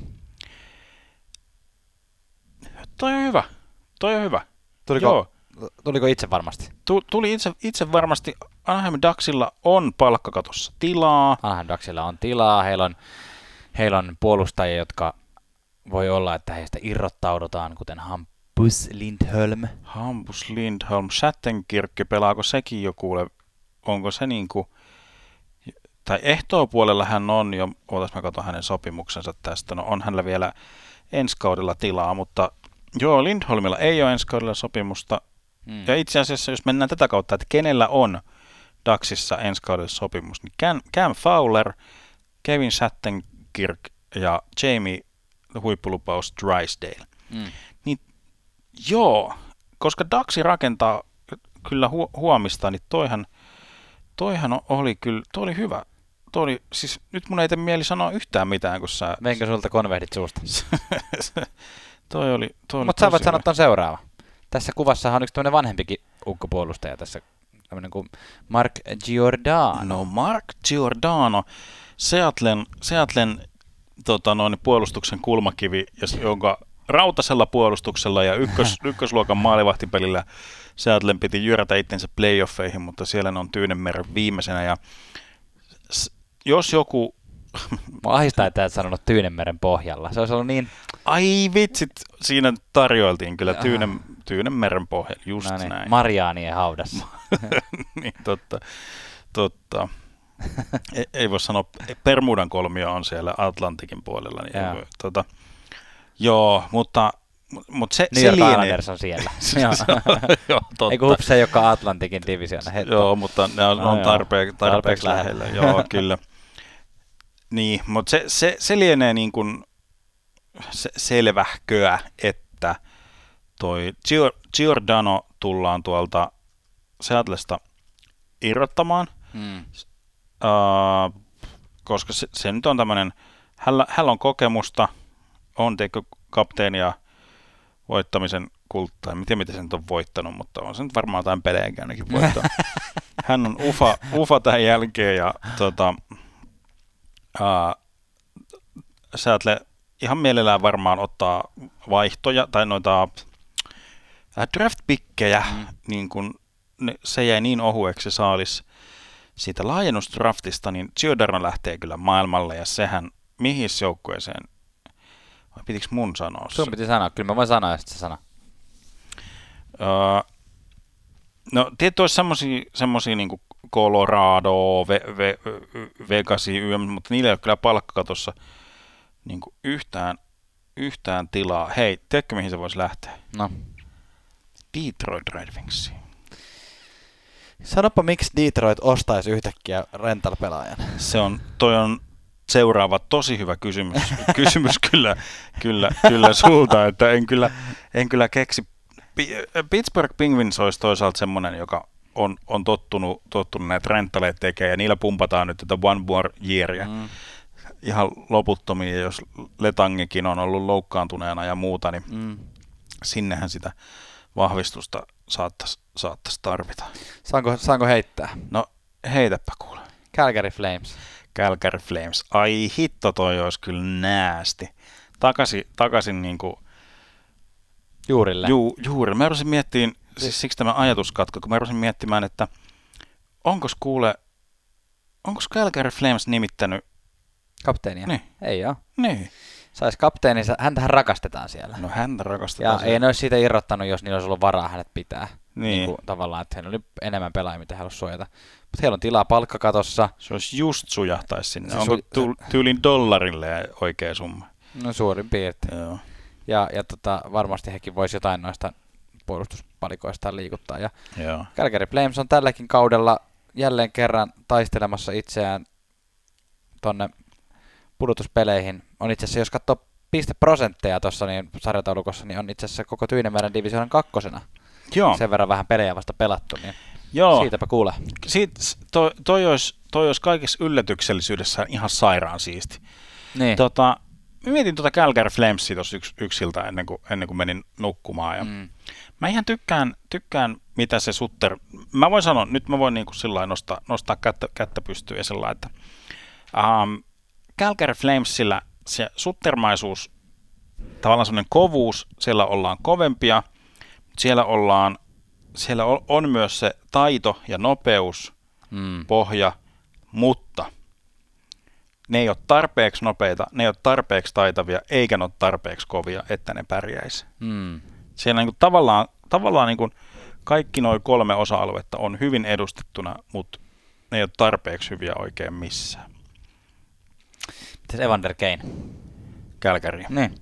Speaker 3: Toi on hyvä. Toi on hyvä.
Speaker 2: Tuliko,
Speaker 3: Joo.
Speaker 2: tuliko itse varmasti?
Speaker 3: Tuli itse, itse varmasti. Anaheim Ducksilla on palkkakatossa tilaa.
Speaker 2: Anaheim Ducksilla on tilaa. Heillä on, heillä on puolustajia, jotka voi olla, että heistä irrottaudutaan, kuten Hampus Lindholm.
Speaker 3: Hampus Lindholm. Shattenkirkki, pelaako sekin jo kuule? Onko se niinku, tai ehtoopuolella hän on jo, ootas mä katson hänen sopimuksensa tästä, no on hänellä vielä ensi kaudella tilaa, mutta joo, Lindholmilla ei ole ensi kaudella sopimusta. Hmm. Ja itse asiassa, jos mennään tätä kautta, että kenellä on Ducksissa ensi kaudella sopimus, niin Cam, Cam Fowler, Kevin Shattenkirk ja Jamie huippulupaus Drysdale. Hmm. Niin joo, koska Ducksi rakentaa kyllä hu- huomista, niin toihan, toihan oli kyllä, toi oli hyvä. Toi oli, siis nyt mun ei tee mieli sanoa yhtään mitään, kun sä...
Speaker 2: Veinkö sulta konvehdit suusta?
Speaker 3: toi oli, toi oli
Speaker 2: Mutta sä voit sanoa ton seuraava. Tässä kuvassahan on yksi tämmönen vanhempikin ukkopuolustaja tässä, tämmönen kuin Mark Giordano.
Speaker 3: No Mark Giordano, Seattlen, Seattlen tota noin, puolustuksen kulmakivi, jonka rautasella puolustuksella ja ykkös, ykkösluokan maalivahtipelillä Seattlen piti jyrätä itsensä playoffeihin, mutta siellä ne on Tyynemeren viimeisenä. Ja s- jos joku...
Speaker 2: Mä ahistaa, että et sanonut Tyynemeren pohjalla. Se olisi ollut niin...
Speaker 3: Ai vitsit, siinä tarjoiltiin kyllä Tyynen, Tyynemeren pohjalla, just
Speaker 2: no niin,
Speaker 3: näin.
Speaker 2: Mariaanien haudassa.
Speaker 3: Niin, totta. totta. ei, ei voi sanoa, Bermudan kolmio on siellä Atlantikin puolella. Niin
Speaker 2: Joo.
Speaker 3: voi, tota, joo, mutta... Mutta se,
Speaker 2: New
Speaker 3: se
Speaker 2: York
Speaker 3: lienee...
Speaker 2: Islanders on siellä.
Speaker 3: Joo, totta.
Speaker 2: Eikö Hups ei olekaan Atlantikin divisioona?
Speaker 3: Joo, mutta ne on,
Speaker 2: no
Speaker 3: on
Speaker 2: joo.
Speaker 3: tarpeeksi, tarpeeksi
Speaker 2: Tarpeeksi
Speaker 3: lähellä. Joo, kyllä. Niin, mutta se, se, se lienee niin kuin se, selvähköä, että toi Giordano tullaan tuolta Seattlesta irrottamaan,
Speaker 2: Mm.
Speaker 3: uh, koska se, se nyt on tämmöinen, hänellä, hänellä on kokemusta, on teikö kapteenia voittamisen kulttaa. En tiedä, miten se nyt on voittanut, mutta on se nyt varmaan jotain pelejäkin ainakin voittanut. Hän on ufa, ufa tähän jälkeen ja tota, uh, Seattle ihan mielellään varmaan ottaa vaihtoja tai noita uh, draft-pikkejä, mm. niin kun ne, se jäi niin ohueksi saalis siitä laajennusdraftista, niin Giordano lähtee kyllä maailmalle ja sehän mihin joukkueeseen. Vai pitikö mun sanoa se?
Speaker 2: Sun piti sanoa, kyllä mä voin sanoa, jos se sana.
Speaker 3: Uh, no tietysti olisi semmosia, semmosia niinku Colorado, Ve, Ve, Vegas, mutta niillä ei ole kyllä palkkakatossa niinku yhtään, yhtään tilaa. Hei, tiedätkö mihin se voisi lähteä?
Speaker 2: No.
Speaker 3: Detroit Red Wingsiin.
Speaker 2: Sanoppa, miksi Detroit ostaisi yhtäkkiä rental-pelaajan? Se
Speaker 3: on, toi on seuraava tosi hyvä kysymys, kysymys kyllä, kyllä, kyllä sulta, että en kyllä, en kyllä keksi. Pittsburgh Penguins olisi toisaalta semmoinen, joka on, on tottunut, tottunut näitä rentaleita tekemään, ja niillä pumpataan nyt tätä one more yearia mm. ihan loputtomia, jos Letangekin on ollut loukkaantuneena ja muuta, niin mm. sinnehän sitä vahvistusta saattaisi saattais tarvita.
Speaker 2: Saanko, saanko heittää?
Speaker 3: No heitäpä kuule.
Speaker 2: Calgary Flames.
Speaker 3: Calgary Flames. Ai hitto, toi olisi kyllä näästi. Takaisin, takaisin niinku...
Speaker 2: Juurille.
Speaker 3: Ju, juurille. Mä rupesin miettimään, siis siksi tämä ajatuskatko, kun mä rupesin miettimään, että onkos kuule, onkos Calgary Flames nimittänyt...
Speaker 2: Kapteenia?
Speaker 3: Niin.
Speaker 2: Ei oo.
Speaker 3: Niin.
Speaker 2: Sais kapteeninsa, häntähän rakastetaan siellä.
Speaker 3: No häntä rakastetaan
Speaker 2: ja
Speaker 3: siellä.
Speaker 2: ei ne olisi siitä irrottanut, jos niillä olisi ollut varaa hänet pitää.
Speaker 3: Niin.
Speaker 2: niin kuin, tavallaan, että heillä oli enemmän pelaajia, mitä he halusivat suojata. Mutta heillä on tilaa palkkakatossa.
Speaker 3: Se olisi just sujahtaisi sinne.
Speaker 2: Se
Speaker 3: Onko
Speaker 2: su-
Speaker 3: tyylin dollarille oikea summa?
Speaker 2: No suurin piirtein.
Speaker 3: Joo.
Speaker 2: Ja, ja tota, varmasti hekin voisi jotain noista puolustuspalikoistaan liikuttaa. Ja
Speaker 3: Joo.
Speaker 2: Calgary Flames on tälläkin kaudella jälleen kerran taistelemassa itseään tonne pudotuspeleihin. On itse asiassa, jos katsoo pisteprosentteja tuossa niin sarjataulukossa, niin on itse asiassa koko Tyynemeren divisioonan kakkosena.
Speaker 3: Joo.
Speaker 2: Sen verran vähän pelejä vasta pelattu, niin
Speaker 3: Joo.
Speaker 2: siitäpä kuule.
Speaker 3: Siitä, toi, toi, olisi, toi olisi kaikessa yllätyksellisyydessä ihan sairaan siisti.
Speaker 2: Niin.
Speaker 3: Tota, mä mietin tuota Calgary Flamesia tuossa yks, yksiltä ennen kuin, ennen kuin menin nukkumaan. Ja
Speaker 2: Mm.
Speaker 3: mä ihan tykkään, tykkään, mitä se Sutter... Mä voin sanoa, nyt mä voin niin kuin sillain nostaa, nostaa kättä, kättä pystyyn ja sillä että um, Calgary Flamesillä se suttermaisuus, tavallaan semmoinen kovuus, siellä ollaan kovempia, siellä, ollaan, siellä on, on myös se taito ja nopeus,
Speaker 2: Mm.
Speaker 3: pohja, mutta ne ei ole tarpeeksi nopeita, ne ei ole tarpeeksi taitavia, eikä ne ole tarpeeksi kovia, että ne pärjäisi.
Speaker 2: Mm.
Speaker 3: Siellä niin kuin tavallaan, tavallaan niin kuin kaikki nuo kolme osa-aluetta on hyvin edustettuna, mutta ne ei ole tarpeeksi hyviä oikein missään.
Speaker 2: Mites Evander Kane?
Speaker 3: Calgary.
Speaker 2: Niin.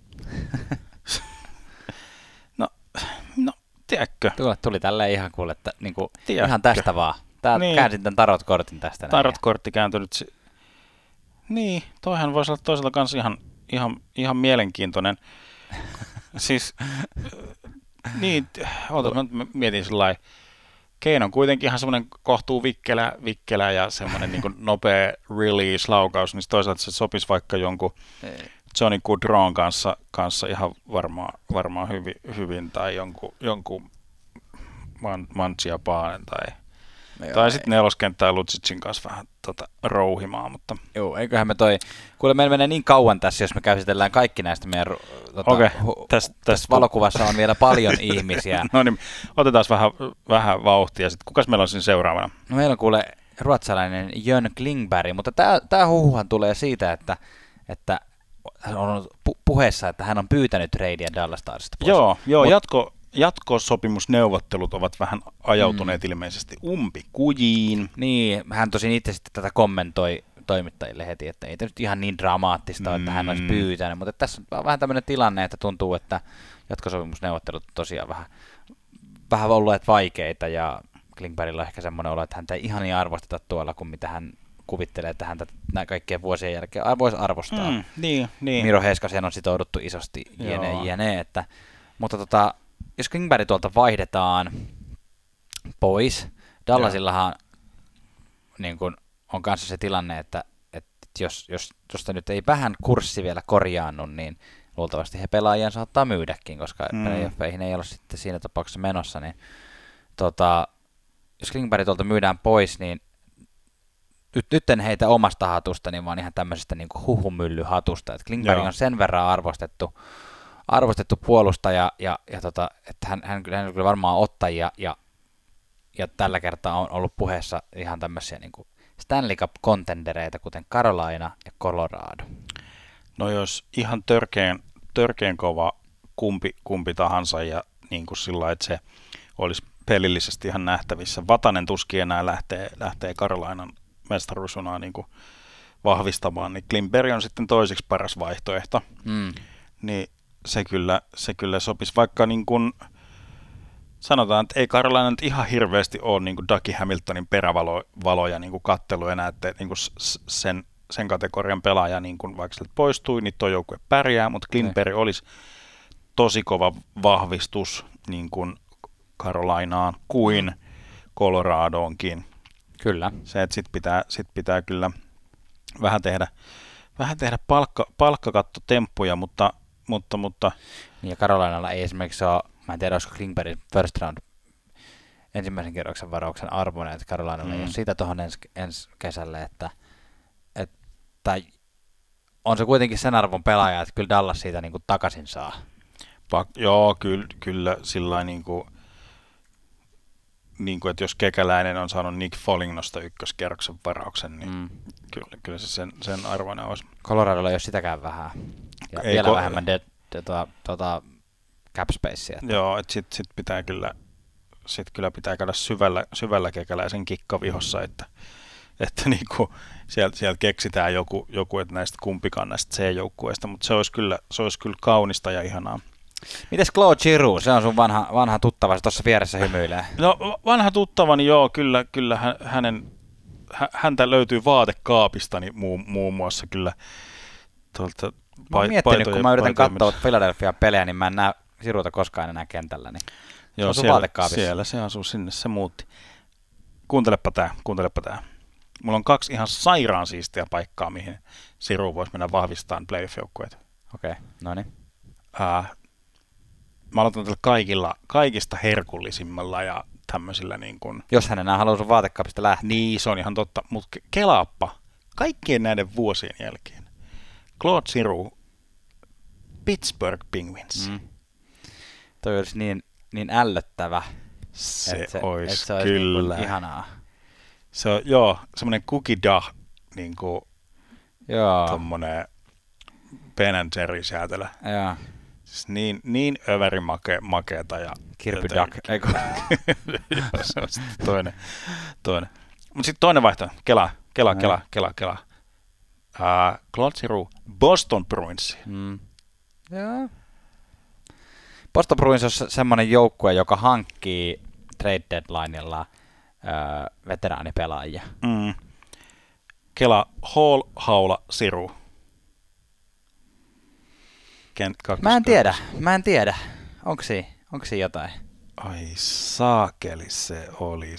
Speaker 3: No, no, tiedätkö?
Speaker 2: Tuli, tuli tälleen ihan kuule, että niinku,
Speaker 3: Tiedätkö?
Speaker 2: ihan tästä vaan. Tää
Speaker 3: Niin.
Speaker 2: käänsin tämän tarot-kortin tästä. näin.
Speaker 3: Tarot-kortti kääntynyt. Si- niin, toihan voisi olla toisella kanssa ihan, ihan, ihan mielenkiintoinen. Siis, äh, niin, ootas, mä mietin sillä lailla. Kane on kuitenkin ihan semmoinen kohtuu vikkelä, vikkelä ja semmoinen niin kuin nopea release-laukaus, niin toisaalta se sopisi vaikka jonkun Johnny Gaudreaun kanssa, kanssa ihan varmaan, varmaan hyvin, hyvin, tai jonkun, jonkun Man, Mangiapaanen, tai,
Speaker 2: No
Speaker 3: tai sitten neloskenttää Lutsicin kanssa vähän tota, rouhimaan, mutta...
Speaker 2: Joo, eiköhän me toi... Kuule, meillä menee niin kauan tässä, jos me käsitellään kaikki näistä meidän... Tota,
Speaker 3: Okei,
Speaker 2: hu-
Speaker 3: tästä
Speaker 2: tässä valokuvassa on vielä paljon ihmisiä.
Speaker 3: No niin, otetaan vähän, vähän vauhtia. Sitten kukas meillä on siinä seuraavana?
Speaker 2: No meillä on kuule ruotsalainen Jön Klingberg, mutta tää, tää huhuhan tulee siitä, että, että hän on ollut pu- puheessa, että hän on pyytänyt tradea Dallas Starsista pois.
Speaker 3: Joo, joo
Speaker 2: Mut-
Speaker 3: jatko, jatkosopimusneuvottelut ovat vähän ajautuneet mm. ilmeisesti umpikujiin.
Speaker 2: Niin, hän tosin itse sitten tätä kommentoi toimittajille heti, että ei tämä nyt ihan niin dramaattista ole, että hän olisi pyytänyt, mutta tässä on vähän tämmöinen tilanne, että tuntuu, että jatkosopimusneuvottelut tosiaan vähän, vähän olleet vaikeita, ja Klingbergillä on ehkä semmoinen olo, että häntä ei ihan niin arvosteta tuolla, kuin mitä hän kuvittelee, että häntä näin kaikkien vuosien jälkeen voisi arvostaa.
Speaker 3: Mm, niin, niin.
Speaker 2: Miro Heiskasen on sitouduttu isosti, jne,
Speaker 3: Joo.
Speaker 2: jne, että, mutta tota, jos Klingberg tuolta vaihdetaan pois, Dallasillahan niin kun on kanssa se tilanne, että, että jos, jos tuosta nyt ei vähän kurssi vielä korjaannu, niin luultavasti he pelaajien saattaa myydäkin, koska mm. playoffeihin ei ole sitten siinä tapauksessa menossa, niin tota, jos Klingberg tuolta myydään pois, niin nyt, nyt en heitä omasta hatusta, niin vaan ihan tämmöisestä niin kuin huhumyllyhatusta, että Klingberg
Speaker 3: Joo.
Speaker 2: on sen verran arvostettu, arvostettu puolustaja, ja, ja tota, että hän, hän, hän on kyllä varmaan ottajia, ja, ja tällä kertaa on ollut puheessa ihan tämmöisiä niin kuin Stanley Cup-kontendereita, kuten Carolina ja Colorado.
Speaker 3: No jos ihan törkeän, törkeän kova kumpi, kumpi tahansa ja niin kuin sillä että se olisi pelillisesti ihan nähtävissä. Vatanen tuskin enää lähtee, lähtee Carolinan mestaruusunaa niin kuin vahvistamaan, niin Klingberg on sitten toiseksi paras vaihtoehto.
Speaker 2: Mm.
Speaker 3: Niin se kyllä, se kyllä sopisi, vaikka niin kuin sanotaan, että ei Carolina nyt ihan hirveästi ole niin kuin Dougie Hamiltonin perävaloja niin kuin kattelu enää, että niin kuin sen, sen kategorian pelaaja, niin kuin vaikka sieltä poistui, niin tuo joukkue pärjää, mutta Klingberg olisi tosi kova vahvistus niin kuin Carolinaan kuin Coloradoonkin.
Speaker 2: Kyllä.
Speaker 3: Se, että sit pitää, sit pitää kyllä vähän tehdä, vähän tehdä palkka, palkkakattotemppuja, mutta, mutta, mutta
Speaker 2: Ja Carolinalla ei esimerkiksi ole, mä en tiedä, olisiko Klingbergin first round ensimmäisen kerroksen varauksen arvoinen, että Carolinalla mm. ei ole siitä tuohon ensi, ensi kesälle, että, että on se kuitenkin sen arvon pelaaja, että kyllä Dallas siitä niin kuin takaisin saa.
Speaker 3: Pak, joo, kyllä, kyllä sillä niin kuin, niin kuin, että jos Kekäläinen on saanut Nick Folignosta ykköskerroksen varauksen, niin mm. kyllä, kyllä se sen, sen arvoinen olisi.
Speaker 2: Coloradolla ei ole sitäkään vähän. Ja
Speaker 3: ei
Speaker 2: vielä
Speaker 3: ko-
Speaker 2: vähemmän de, de, tuota, tuota, cap spacea.
Speaker 3: Joo, että sitten sit pitää kyllä, sit kyllä pitää käydä syvällä, syvällä Kekäläisen kikkavihossa, että, että niinku sieltä, sieltä keksitään joku, joku, että näistä kumpikaan näistä C-joukkueista, mutta se olisi kyllä, se olisi kyllä kaunista ja ihanaa.
Speaker 2: Mites Claude Giroux? Se on sun vanha, vanha tuttava, se tuossa vieressä hymyilee.
Speaker 3: No vanha tuttavani, joo, kyllä, kyllä hä- hänen, hä- häntä löytyy vaatekaapistani muun, muun muassa kyllä. Tuolta
Speaker 2: Mä oon
Speaker 3: pai-
Speaker 2: miettinyt, kun mä yritän
Speaker 3: paitojen-
Speaker 2: katsoa Philadelphia pelejä, niin mä en näe Girouxta koskaan enää kentällä. Niin
Speaker 3: Joo,
Speaker 2: asuu
Speaker 3: siellä,
Speaker 2: vaatekaapissa.
Speaker 3: siellä se asuu, sinne se muutti. Kuuntelepa tää, kuuntelepa tää. Mulla on kaksi ihan sairaan siistiä paikkaa, mihin Giroux voisi mennä vahvistamaan playoff-joukkueita.
Speaker 2: Okei, okay, no niin.
Speaker 3: Ää, mä aloitan tällä kaikilla, kaikista herkullisimmalla ja tämmöisillä niin kuin,
Speaker 2: Jos hän enää haluaa sun vaatekaapista lähteä.
Speaker 3: niin se on ihan totta, mutta kelaappa kaikkien näiden vuosien jälkeen. Claude Giroux, Pittsburgh Penguins.
Speaker 2: Mm. Toi olisi niin, niin ällöttävä,
Speaker 3: Se,
Speaker 2: että se,
Speaker 3: olisi
Speaker 2: et se olisi
Speaker 3: kyllä.
Speaker 2: niin ihanaa.
Speaker 3: Se on, joo, semmoinen cookie dough, niin kuin
Speaker 2: Joo,
Speaker 3: tommonen Ben and Jerry säätelö.
Speaker 2: joo.
Speaker 3: Siis niin, niin överin make, makeeta ja...
Speaker 2: Kirby
Speaker 3: joten-
Speaker 2: Duck, eikö?
Speaker 3: Joo, se on sitten toinen. toinen. Mutta sitten toinen vaihtoehto. Kela, kela,
Speaker 2: No.
Speaker 3: kela, kela, kela. Uh, Claude Giroux, Boston Bruins.
Speaker 2: Mm. Joo. Boston Bruins on se- semmoinen joukkue, joka hankkii trade deadlinella öö, veteraanipelaajia.
Speaker 3: Mm. Kela, Hall, Haula, Giroux. Kent kakkos-
Speaker 2: Mä en tiedä, mä en tiedä. Onko siinä, onko siinä jotain?
Speaker 3: Ai saakeli, se oli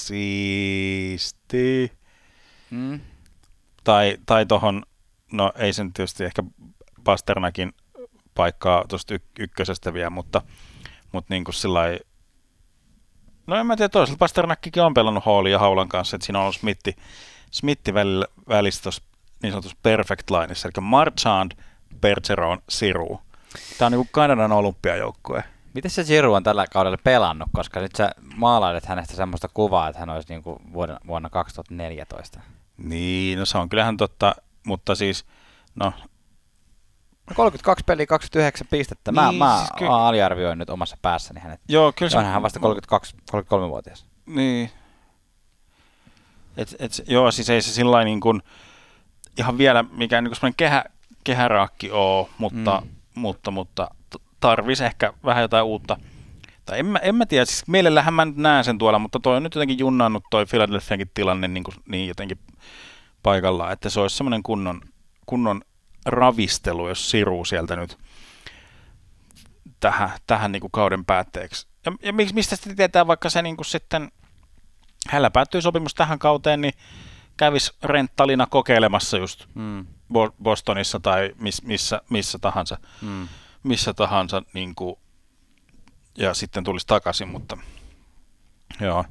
Speaker 3: siisti.
Speaker 2: Mm.
Speaker 3: Tai, tai tohon, no ei sen tietysti ehkä Pasternakin paikkaa tuosta y- ykkösestä vielä, mutta, mutta niin kuin sillai, no en mä tiedä, toisaalta Pasternakkikin on pelannut Hallin ja Haulan kanssa, että siinä on ollut Smitti, Smitti välillä, välissä tuossa niin sanotussa perfect lineissa, eli Marchand, Bergeron, Giroux. Tämä on niin kuin Kanadan olympiajoukkue.
Speaker 2: Miten se Giroux on tällä kaudella pelannut, koska nyt sä maalailet hänestä semmoista kuvaa, että hän olisi niin kuin vuonna, vuonna kaksituhattaneljätoista.
Speaker 3: Niin, no se on kyllähän totta, mutta siis, no
Speaker 2: No kolmekymmentäkaksi peliä, kaksikymmentäyhdeksän pistettä. Mä,
Speaker 3: Niin,
Speaker 2: mä
Speaker 3: siis ky-
Speaker 2: oon aliarvioin nyt omassa päässäni hänet.
Speaker 3: joo, kyllä se...
Speaker 2: Onhan hän vasta kolmekymmentäkaksi kolmekymmentäkolme-vuotias.
Speaker 3: Niin. Et, et, se- joo, siis ei se sillä niin kuin, ihan vielä mikään niin semmoinen kehä, kehäraakki ole, mutta,
Speaker 2: Mm.
Speaker 3: mutta, mutta t- tarvisi ehkä vähän jotain uutta. Tai en mä, en mä tiedä, siis mielellähän mä nyt näen sen tuolla, mutta toi on nyt jotenkin junnannut toi Philadelphiankin tilanne niin, kuin, niin jotenkin paikallaan, että se olisi semmoinen kunnon, kunnon ravistelu, jos Giroux sieltä nyt tähän, tähän niin kuin kauden päätteeksi. Ja, ja miksi- mistä sitten tietää, vaikka se niin kuin sitten, hänellä päättyy sopimus tähän kauteen, niin kävisi renttalina kokeilemassa just
Speaker 2: Mm.
Speaker 3: Bo- Bostonissa tai miss, missä, missä tahansa,
Speaker 2: Mm.
Speaker 3: missä tahansa niin kuin, ja sitten tulisi takaisin, mutta joo.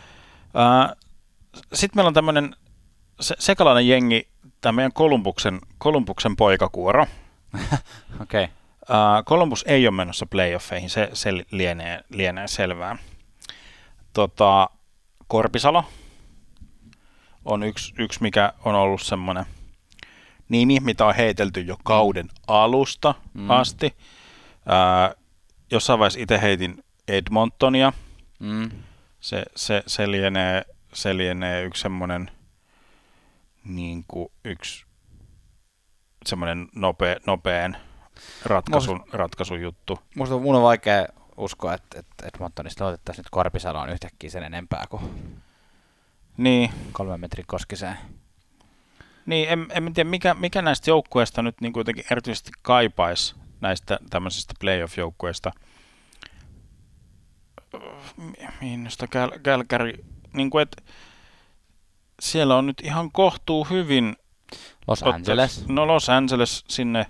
Speaker 3: Sitten meillä on tämmöinen se, sekalainen jengi, tämä meidän Kolumbuksen, Kolumbuksen poikakuoro.
Speaker 2: Okei. Okay.
Speaker 3: Uh, Columbus ei ole menossa playoffeihin, se, se lienee, lienee selvää. Tota, Korpisalo on yksi, yksi, mikä on ollut semmoinen nimi, mitä on heitelty jo kauden alusta
Speaker 2: Mm.
Speaker 3: asti. Uh, jossain vaiheessa itse heitin Edmontonia.
Speaker 2: Mm.
Speaker 3: Se, se, se, lienee, se lienee yksi semmoinen niin kuin yksi semmoinen nopea, nopean ratkaisun, ratkaisun juttu.
Speaker 2: Musta mun on vaikea uskoa, että, että Edmontonista otettaisiin nyt Korpisaloon yhtäkkiä sen enempää kuin
Speaker 3: Niin,
Speaker 2: kolmen metrin koskiseen.
Speaker 3: niin en, en tiedä, mikä, mikä näistä joukkueista nyt niin kuitenkin erityisesti kaipaisi näistä tämmöisistä playoff-joukkueista. Mihin sitä Gal- Galgary, niin kuin, että siellä on nyt ihan kohtuu hyvin.
Speaker 2: Los
Speaker 3: ottaa-
Speaker 2: Angeles.
Speaker 3: No Los Angeles sinne.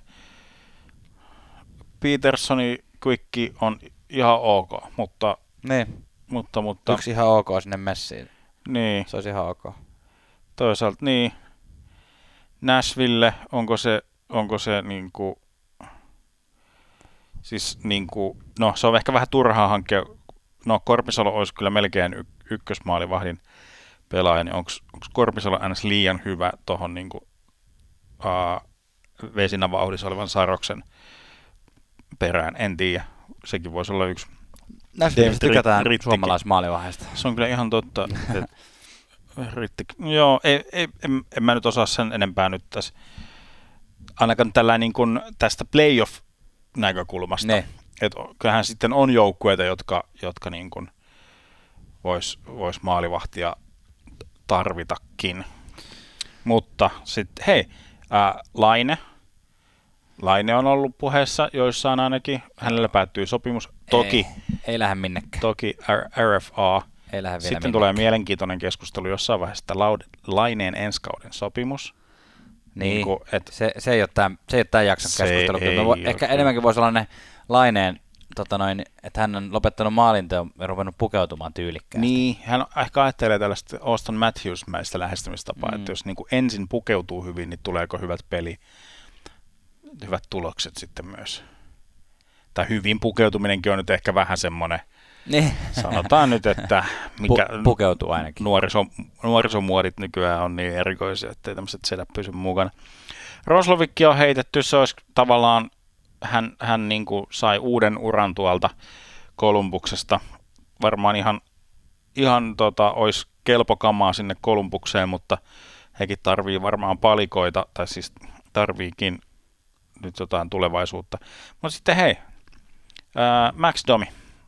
Speaker 3: Petersoni Quickki on ihan ok, mutta,
Speaker 2: Niin,
Speaker 3: mutta, mutta
Speaker 2: yksi ihan ok sinne messiin.
Speaker 3: niin,
Speaker 2: Se olisi ihan ok.
Speaker 3: toisaalta niin. Nashville, onko se, onko se niinku, siis niinku, no se on ehkä vähän turhaa hankkia, no Korpisalo olisi kyllä melkein y- ykkösmaalivahdin pelaaja, niin onko Korpisalo aina liian hyvä tuohon niinku, uh, vesinävauhdissa olevan Saroksen perään, en tiedä, sekin voisi olla yksi.
Speaker 2: Nashvillessä
Speaker 3: David
Speaker 2: tykätään
Speaker 3: Rittikin.
Speaker 2: suomalaismaalivaiheesta.
Speaker 3: Se on kyllä ihan totta. Et, Ritti, joo, ei, ei, en, en mä nyt osaa sen enempää nyt tässä, ainakaan tällä niin kuin tästä playoff-näkökulmasta.
Speaker 2: Ne.
Speaker 3: et kyllähän sitten on joukkueita, jotka, jotka niin kuin vois, vois maalivahtia tarvitakin. Mutta sitten hei, ää, Laine. Laine on ollut puheessa joissain ainakin. Hänellä päättyy sopimus. Toki,
Speaker 2: ei, ei lähde minnekään.
Speaker 3: Toki R F A.
Speaker 2: Ei lähde vielä
Speaker 3: Sitten
Speaker 2: minnekään.
Speaker 3: tulee mielenkiintoinen keskustelu jossain vaiheessa, että Laineen ensi kauden sopimus.
Speaker 2: Niin,
Speaker 3: niin kuin, et
Speaker 2: se, se ei ole tämän, se ei ole tämän jakson keskustelu. Vo, ehkä kyllä. Enemmänkin voisi olla ne Laineen, tota noin, että hän on lopettanut maalinteon ja ruvennut pukeutumaan tyylikkäästi.
Speaker 3: Niin, hän ehkä ajattelee tällaista Auston Matthews-mäistä lähestymistapaa, mm. että jos niin kuin ensin pukeutuu hyvin, niin tuleeko hyvät peli, hyvät tulokset sitten myös. Tai hyvin pukeutuminenkin on nyt ehkä vähän semmoinen, niin. Sanotaan nyt, että mikä
Speaker 2: Pu- pukeutuu ainakin.
Speaker 3: Nuoriso, nuorisomuodit nykyään on niin erikoisia, ettei tämmöiset sedät pysy mukana. Roslovikki on heitetty, se olisi tavallaan, hän, hän niin kuin sai uuden uran tuolta Kolumbuksesta. Varmaan ihan, ihan tota, olisi kelpo kamaa sinne Kolumbukseen, mutta hekin tarvii varmaan palikoita, tai siis tarviikin nyt jotain tulevaisuutta. Mutta sitten hei, ää, Max Domi.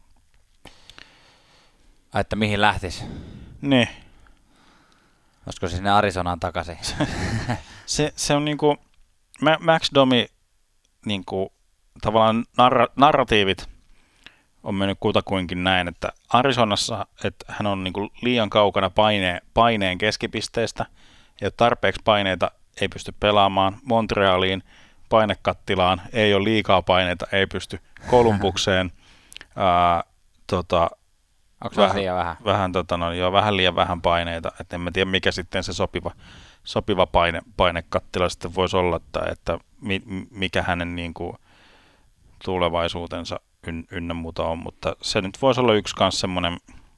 Speaker 2: Ai, että mihin lähtisi?
Speaker 3: Niin.
Speaker 2: Olisiko se sinne Arizonaan takaisin?
Speaker 3: se, se on niinku, Max Domi, niinku, tavallaan narra, narratiivit on mennyt kutakuinkin näin, että Arizonassa, että hän on niinku liian kaukana paine, paineen keskipisteestä, ja tarpeeksi paineita ei pysty pelaamaan. Montrealiin, painekattilaan, ei ole liikaa paineita, ei pysty Kolumbukseen, ää, tota,
Speaker 2: Onko vähän liian vähän?
Speaker 3: Vähän, tota, no, joo, vähän liian vähän paineita, että en mä tiedä mikä sitten se sopiva, sopiva paine, painekattila sitten voisi olla, että, että mi, mikä hänen niin kuin, tulevaisuutensa yn, ynnä muuta on, mutta se nyt voisi olla yksi kanssa semmoinen,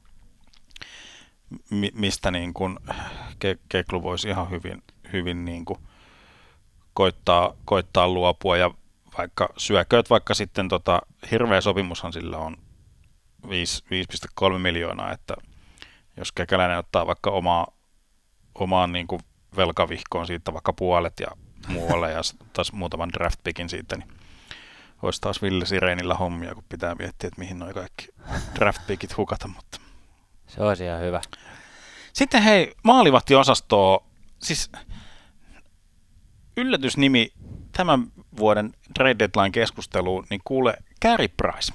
Speaker 3: mi, mistä niin kuin ke, Keklu voisi ihan hyvin, hyvin niin kuin koittaa, koittaa luopua, ja vaikka syökööt vaikka sitten, tota, hirveä sopimushan sillä on, viisi pilkku kolme miljoonaa, että jos Kekäläinen ottaa vaikka omaa, omaan niin kuin velkavihkoon siitä vaikka puolet ja muualle ja taas muutaman draft pickin siitä, niin olisi taas Ville Sirenillä hommia, kun pitää miettiä, että mihin noi kaikki draft pickit hukata. Mutta.
Speaker 2: Se olisi ihan hyvä.
Speaker 3: Sitten hei, maalivahtiosastoa, siis yllätysnimi tämän vuoden trade deadline keskusteluun, niin kuule Carey Price.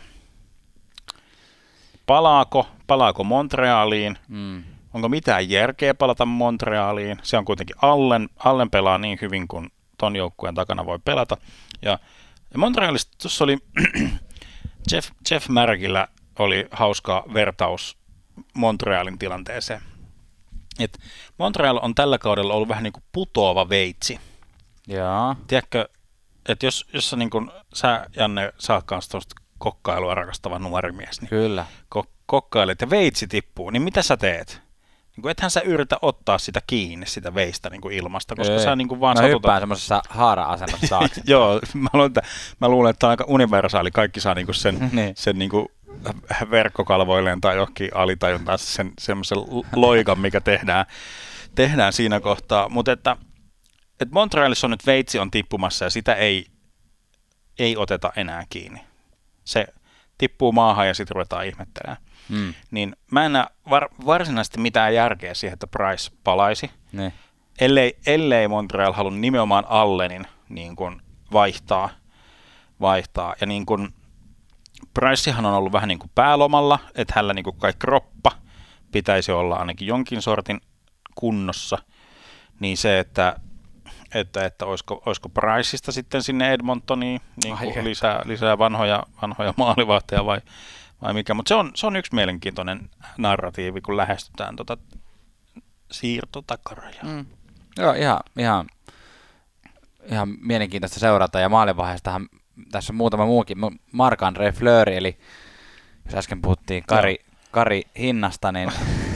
Speaker 3: Palaako? Palaako Montrealiin? Mm. Onko mitään järkeä palata Montrealiin? Se on kuitenkin Allen. Allen pelaa niin hyvin kuin ton joukkueen takana voi pelata. Ja, ja Montrealista tuossa oli Jeff, Jeff Markillä oli hauska vertaus Montrealin tilanteeseen. Et Montreal on tällä kaudella ollut vähän niin kuin putoava veitsi.
Speaker 2: Jaa.
Speaker 3: Tiedätkö, että jos, jos sä, niin kuin, sä Janne saat kanssa tuosta kokkailua rakastava nuori mies, niin
Speaker 2: kyllä.
Speaker 3: Ko- kokkailet ja veitsi tippuu, niin mitä sä teet? Niin kuin ethän sä yritä ottaa sitä kiinni, sitä veistä niin kuin ilmasta, koska
Speaker 2: Ei.
Speaker 3: sä niin kuin vaan
Speaker 2: mä
Speaker 3: satutat.
Speaker 2: hyppään semmoisessa haara-asennossa taakse.
Speaker 3: Joo, mä luulen, että, mä luulen, että on aika universaali. Kaikki saa niin kuin sen,
Speaker 2: niin.
Speaker 3: sen niin kuin verkkokalvoilleen tai johonkin alitajuntaan sen semmoisen loikan, mikä tehdään, tehdään siinä kohtaa. Mutta että, että Montrealissa on nyt veitsi on tippumassa ja sitä ei, ei oteta enää kiinni. Se tippuu maahan ja sitten ruvetaan ihmettelemään. Mm. Niin mä en näe var, varsinaisesti mitään järkeä siihen, että Price palaisi,
Speaker 2: ne.
Speaker 3: ellei, ellei Montreal halua nimenomaan Allenin niin kuin vaihtaa, vaihtaa. Ja niin kuin Pricehan on ollut vähän niin kuin päälomalla, että hänellä niin kuin kai kroppa pitäisi olla ainakin jonkin sortin kunnossa. Niin se, että Että, että olisiko, olisiko Priceista sitten sinne Edmontoniin niin kuin lisää, lisää vanhoja, vanhoja maalivahteja vai, vai mikä. Mutta se on, se on yksi mielenkiintoinen narratiivi, kun lähestytään tuota siirtotakarajaa. Mm.
Speaker 2: Joo, ihan, ihan, ihan mielenkiintoista seurata. Ja maalivaiheestahan tässä on muutama muukin. Marc-André Fleury, eli jos äsken puhuttiin Kari, Kari hinnasta, niin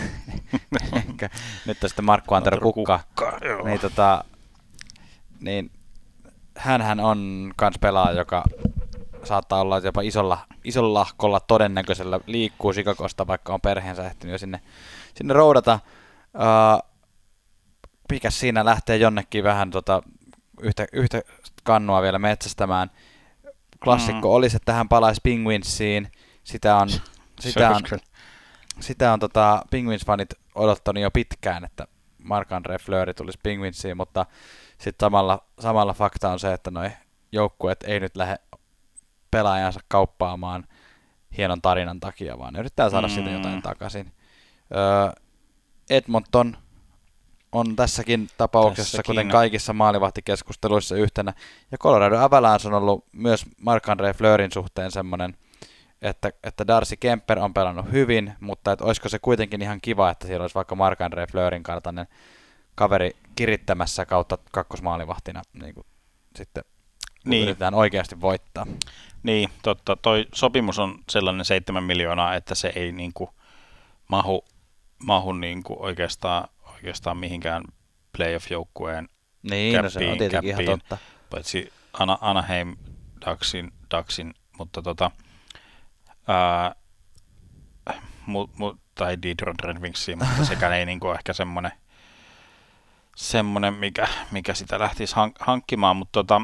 Speaker 2: nyt on sitten Markku-Antero Kukka. Kukka niin tota... Niin hänhän on kans pelaaja, joka saattaa olla jopa isolla, isolla lahkolla todennäköisellä liikkuu Chicagosta, vaikka on perheensä ehtinyt jo sinne, sinne roudata. Uh, mikäs siinä lähtee jonnekin vähän tota, yhtä, yhtä kannua vielä metsästämään. klassikko mm. olisi, että hän palaisi Penguinsiin. Sitä on, sitä on, sitä on tota, Penguins-fanit odottanut jo pitkään, että Marc-Andre Fleury tulisi Penguinsiin, mutta sitten samalla, samalla fakta on se, että noi joukkueet ei nyt lähde pelaajansa kauppaamaan hienon tarinan takia, vaan ne yrittää saada mm. siitä jotain takaisin. Öö, Edmonton on tässäkin tapauksessa, tässäkin. Kuten kaikissa maalivahtikeskusteluissa yhtenä. Ja Colorado Avalanche on ollut myös Marc-Andre Fleuryn suhteen semmoinen, että, että Darcy Kemper on pelannut hyvin, mutta että olisiko se kuitenkin ihan kiva, että siellä olisi vaikka Marc-Andre Fleuryn kaltainen kaveri kirittämässä kautta kakkosmaalivahtina, niin kuin sitten niin. Yritetään oikeasti voittaa.
Speaker 3: Niin, totta. Toi sopimus on sellainen seitsemän miljoonaa, että se ei niinku mahu, mahu niinku oikeastaan, oikeastaan mihinkään playoff-joukkueen
Speaker 2: niin,
Speaker 3: käppiin,
Speaker 2: no se on tietenkin
Speaker 3: käppiin,
Speaker 2: ihan totta.
Speaker 3: Paitsi Ana, Anaheim Ducksin, Ducksin, mutta tota, ää, mu, mu, tai Detroit Red Wingsiin, mutta sekään ei niinku ehkä semmoinen, semmoinen mikä, mikä sitä lähtisi hank, hankkimaan, mutta tota,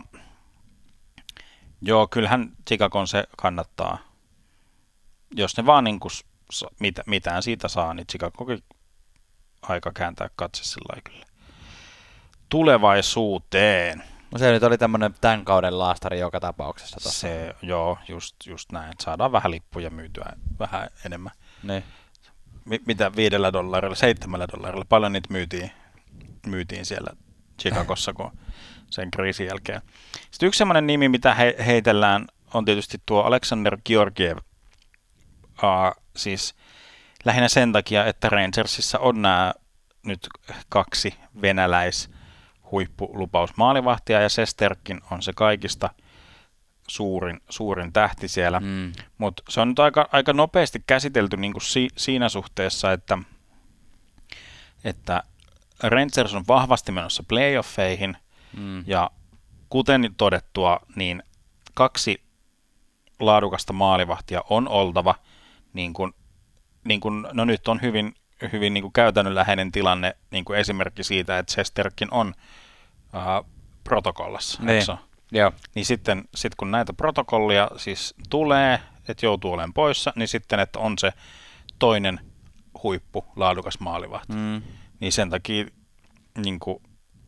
Speaker 3: joo, kyllähän Chicagon se kannattaa. Jos ne vaan niinku mit, mitään siitä saa, niin Chicagokin aika kääntää katse sillä kyllä tulevaisuuteen.
Speaker 2: No se nyt oli tämmönen tämän kauden laastari joka tapauksessa tossa.
Speaker 3: Se, joo, just, just näin. Saadaan vähän lippuja myytyä vähän enemmän.
Speaker 2: Niin.
Speaker 3: M- mitä viidellä dollarilla, seitsemällä dollarilla, paljon niitä myytiin, myytiin siellä Chicagossa, kun sen kriisin jälkeen. Sitten yksi semmoinen nimi, mitä he, heitellään, on tietysti tuo Alexander Georgiev. Uh, siis lähinnä sen takia, että Rangersissa on nämä nyt kaksi venäläis-huippulupausmaalivahtia, ja Sesterkin on se kaikista suurin, suurin tähti siellä. Mm. Mutta se on nyt aika, aika nopeasti käsitelty niin kuin si, siinä suhteessa, että, että Rangers on vahvasti menossa playoffeihin, mm. ja kuten todettua, niin kaksi laadukasta maalivahtia on oltava, niin kuin, niin kuin, no nyt on hyvin, hyvin niin kuin käytännönläheinen tilanne, niin kuin esimerkki siitä, että Chesterkin on uh, protokollassa.
Speaker 2: Niin, joo.
Speaker 3: Niin sitten sit kun näitä protokollia siis tulee, että joutuu olemaan poissa, niin sitten, että on se toinen huippu, laadukas maalivahti. Mm. Niin sen takia niin kuin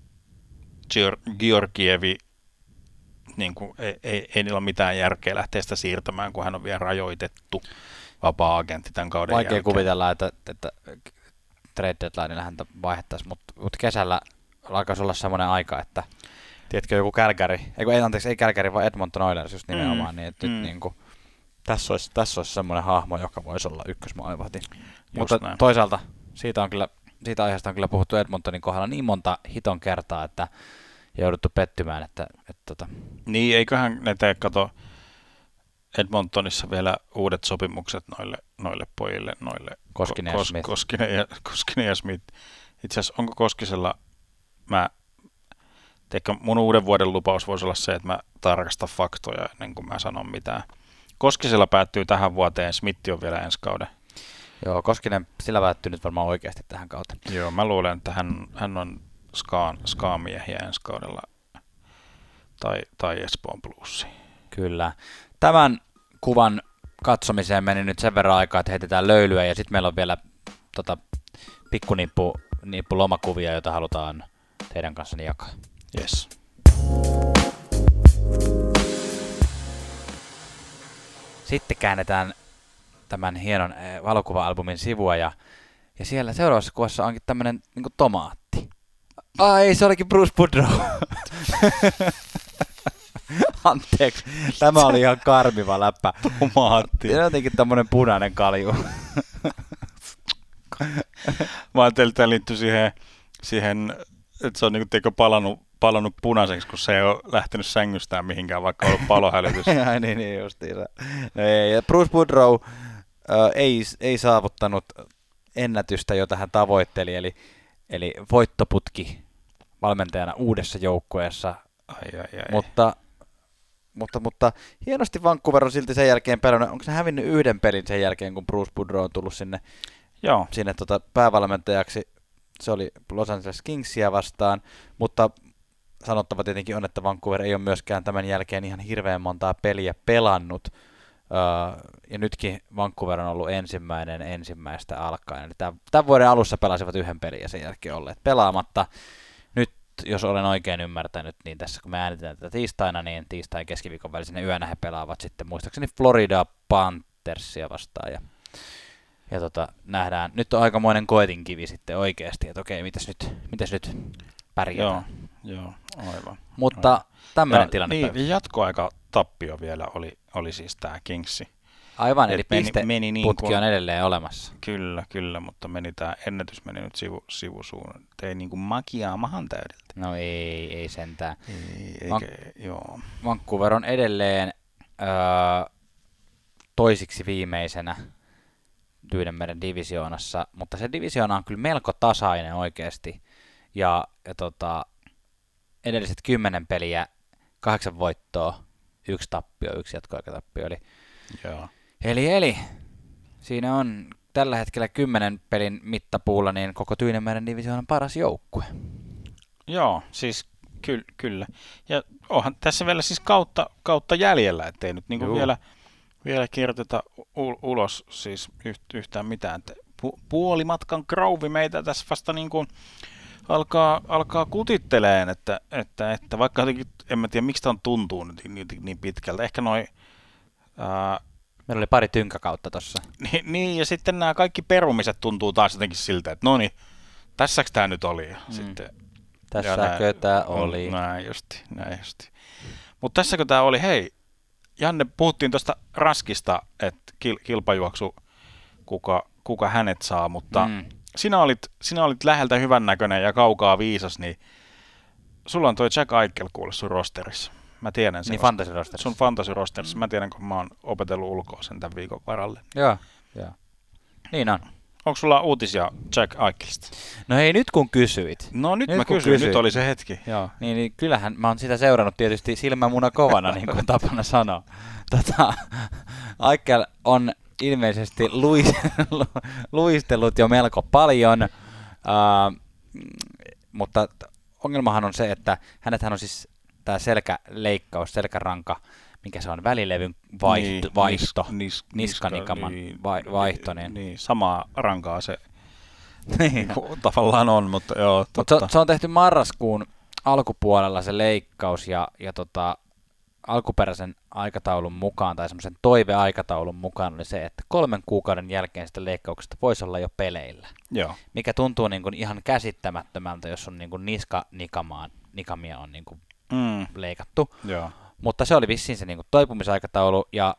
Speaker 3: Georgievi, niin kuin, ei, ei, ei niillä ole mitään järkeä lähteä sitä siirtämään, kun hän on vielä rajoitettu vapaa-agentti tämän kauden
Speaker 2: Vaikea
Speaker 3: jälkeen.
Speaker 2: kuvitella, että, että trade deadlinella häntä vaihdettaisiin, mutta, mutta kesällä alkaisi olla semmoinen aika, että tiedätkö, joku Calgary, ei, ei anteeksi, ei Calgary, vaan Edmonton Oilers just nimenomaan, mm. niin että mm. nyt niin kuin, tässä olisi, tässä olisi semmoinen hahmo, joka voisi olla ykkösmaalivahti. Mutta näin. Toisaalta siitä, on kyllä, siitä aiheesta on kyllä puhuttu Edmontonin kohdalla niin monta hiton kertaa, että jouduttu pettymään, että, että tota.
Speaker 3: Niin, eiköhän ne tee, kato Edmontonissa vielä uudet sopimukset noille, noille pojille, noille
Speaker 2: Koskinen ja Smith.
Speaker 3: Koskinen ja, Koskinen ja Smith. Itse asiassa onko Koskisella, mä, teikö mun uuden vuoden lupaus voisi olla se, että mä tarkastan faktoja ennen kuin mä sanon mitään. Koskisella päättyy tähän vuoteen, Smith on vielä ensi kauden.
Speaker 2: Joo, Koskinen, sillä päättyy nyt varmaan oikeasti tähän kauteen.
Speaker 3: Joo, mä luulen, että hän, hän on Skaan, Skaan-miehiä ensi kaudella tai, tai Espoon Bluesi.
Speaker 2: Kyllä. Tämän kuvan katsomiseen meni nyt sen verran aikaa, että heitetään löylyä ja sitten meillä on vielä tota, pikkunippu nippu lomakuvia, joita halutaan teidän kanssani jakaa.
Speaker 3: Yes.
Speaker 2: Sitten käännetään tämän hienon valokuva-albumin sivua ja, ja siellä seuraavassa kuvassa onkin tämmöinen niin kuin tomaatti. Ai, se olikin Bruce Boudreau. Anteeksi, tämä oli ihan karmiva läppä.
Speaker 3: Tomaatti.
Speaker 2: Se on jotenkin tämmönen punainen kalju.
Speaker 3: Mä ajattelin, että tämä liittyy siihen, siihen, että se on niin kuin palannut, palannut punaiseksi, kun se ei ole lähtenyt sängystään mihinkään, vaikka on ollut palohälytys.
Speaker 2: Ai niin, niin justiinsa. No ei, Bruce Boudreau äh, ei, ei saavuttanut ennätystä, jota hän tavoitteli, eli, eli voittoputki valmentajana uudessa joukkueessa.
Speaker 3: Ai, ai, ai.
Speaker 2: Mutta, mutta, mutta hienosti Vancouver on silti sen jälkeen pelannut. Onko se hävinnyt yhden pelin sen jälkeen, kun Bruce Boudreau on tullut sinne,
Speaker 3: Joo.
Speaker 2: sinne tota päävalmentajaksi? Se oli Los Angeles Kingsia vastaan, mutta sanottava tietenkin on, että Vancouver ei ole myöskään tämän jälkeen ihan hirveän montaa peliä pelannut. Uh, ja nytkin Vancouver on ollut ensimmäinen ensimmäistä alkaen. Eli tämän, tämän vuoden alussa pelasivat yhden pelin ja sen jälkeen olleet pelaamatta. Nyt, jos olen oikein ymmärtänyt, niin tässä kun me äänitetään tätä tiistaina, niin tiistain keskiviikon välisenä yönä he pelaavat sitten muistaakseni Florida Panthersia vastaan. Ja, ja tota, nähdään, nyt on aikamoinen koetinkivi sitten oikeasti, että okei, mitäs nyt, mitäs nyt pärjätään.
Speaker 3: Joo, joo, aivan.
Speaker 2: Mutta
Speaker 3: aivan.
Speaker 2: tämmöinen
Speaker 3: ja,
Speaker 2: tilanne.
Speaker 3: Niin, jatkoaika tappio vielä oli, oli siis tämä Kingsi.
Speaker 2: Aivan, eli
Speaker 3: meni,
Speaker 2: piste
Speaker 3: meni niin
Speaker 2: putki
Speaker 3: kuin,
Speaker 2: on edelleen olemassa.
Speaker 3: Kyllä, kyllä, mutta meni tämä ennätys meni nyt sivu, sivusuun. Ei niin kuin makiaa mahan täydeltä.
Speaker 2: No ei, ei sentään.
Speaker 3: Ei, eikä,
Speaker 2: Van-
Speaker 3: joo.
Speaker 2: Vancouver on edelleen öö, toisiksi viimeisenä Tyynenmeren divisioonassa, mutta se divisioona on kyllä melko tasainen oikeasti. Ja, ja tota, edelliset kymmenen peliä, kahdeksan voittoa, yksi tappio, yksi jatkoaikatappio. Eli,
Speaker 3: Joo.
Speaker 2: eli, eli siinä on tällä hetkellä kymmenen pelin mittapuulla niin koko Tyynenmeren divisioonan paras joukkue.
Speaker 3: Joo, siis ky- kyllä. Ja onhan tässä vielä siis kautta, kautta jäljellä, ettei nyt niinku vielä, vielä kirjoiteta u- ulos siis yht- yhtään mitään. Että pu- puolimatkan krouvi meitä tässä vasta niinku alkaa, alkaa kutitteleen, että, että, että vaikka jotenkin, en mä tiedä miksi tämä tuntuu nyt niin, niin pitkältä. Ehkä noi... Ää,
Speaker 2: Meillä oli pari tynkäkautta tossa.
Speaker 3: Niin, niin, ja sitten nämä kaikki perumiset tuntuu taas jotenkin siltä, että no niin, tässäks tämä nyt oli. Ja
Speaker 2: Mm.
Speaker 3: sitten,
Speaker 2: Tässäkö tämä oli?
Speaker 3: Näin justi, näin justi. Mutta tässäkö tämä oli, hei, Janne, puhuttiin tuosta Raskista, että kil, kilpajuoksu, kuka, kuka hänet saa, mutta
Speaker 2: Mm.
Speaker 3: sinä, olit, sinä olit läheltä hyvännäköinen ja kaukaa viisas, niin sulla on toi Jack Eichel kuule sun rosterissa. Mä tiedän sen.
Speaker 2: Niin fantasy rosterissa.
Speaker 3: Sun fantasy rosterissa. Mä tiedän, kun mä oon opetellut ulkoa sen tämän viikon varalle.
Speaker 2: Joo, joo. Niin on.
Speaker 3: Onko sulla uutisia Jack Eichelista?
Speaker 2: No hei, nyt kun kysyit,
Speaker 3: No nyt,
Speaker 2: Nyt
Speaker 3: mä
Speaker 2: kun
Speaker 3: kysyin,
Speaker 2: kysyit.
Speaker 3: nyt oli se hetki. Joo.
Speaker 2: niin, niin kyllähän mä oon sitä seurannut tietysti silmämuna kovana, niin kuin tapana sanoa. Tota, Eichel on ilmeisesti luis, luistellut jo melko paljon, uh, mutta ongelmahan on se, että hänethän on siis tämä selkäleikkaus, selkäranka, mikä se on, välilevyn vaihto,
Speaker 3: Niin,
Speaker 2: vaihto
Speaker 3: nis- nis-
Speaker 2: niskanikaman
Speaker 3: niin,
Speaker 2: vai, vaihto. Niin.
Speaker 3: Niin, samaa rankaa se
Speaker 2: Niin.
Speaker 3: tavallaan on, mutta joo,
Speaker 2: Mut
Speaker 3: totta.
Speaker 2: se, se on tehty marraskuun alkupuolella se leikkaus ja, ja tota, alkuperäisen aikataulun mukaan tai semmoisen toiveaikataulun mukaan oli se, että kolmen kuukauden jälkeen sitä leikkauksesta voisi olla jo peleillä.
Speaker 3: Joo.
Speaker 2: Mikä tuntuu niin kuin ihan käsittämättömältä, jos on niin kuin niska nikamaan, nikamia on niin kuin
Speaker 3: Mm,
Speaker 2: leikattu.
Speaker 3: joo.
Speaker 2: Mutta se oli vissiin se niin kuin toipumisaikataulu ja,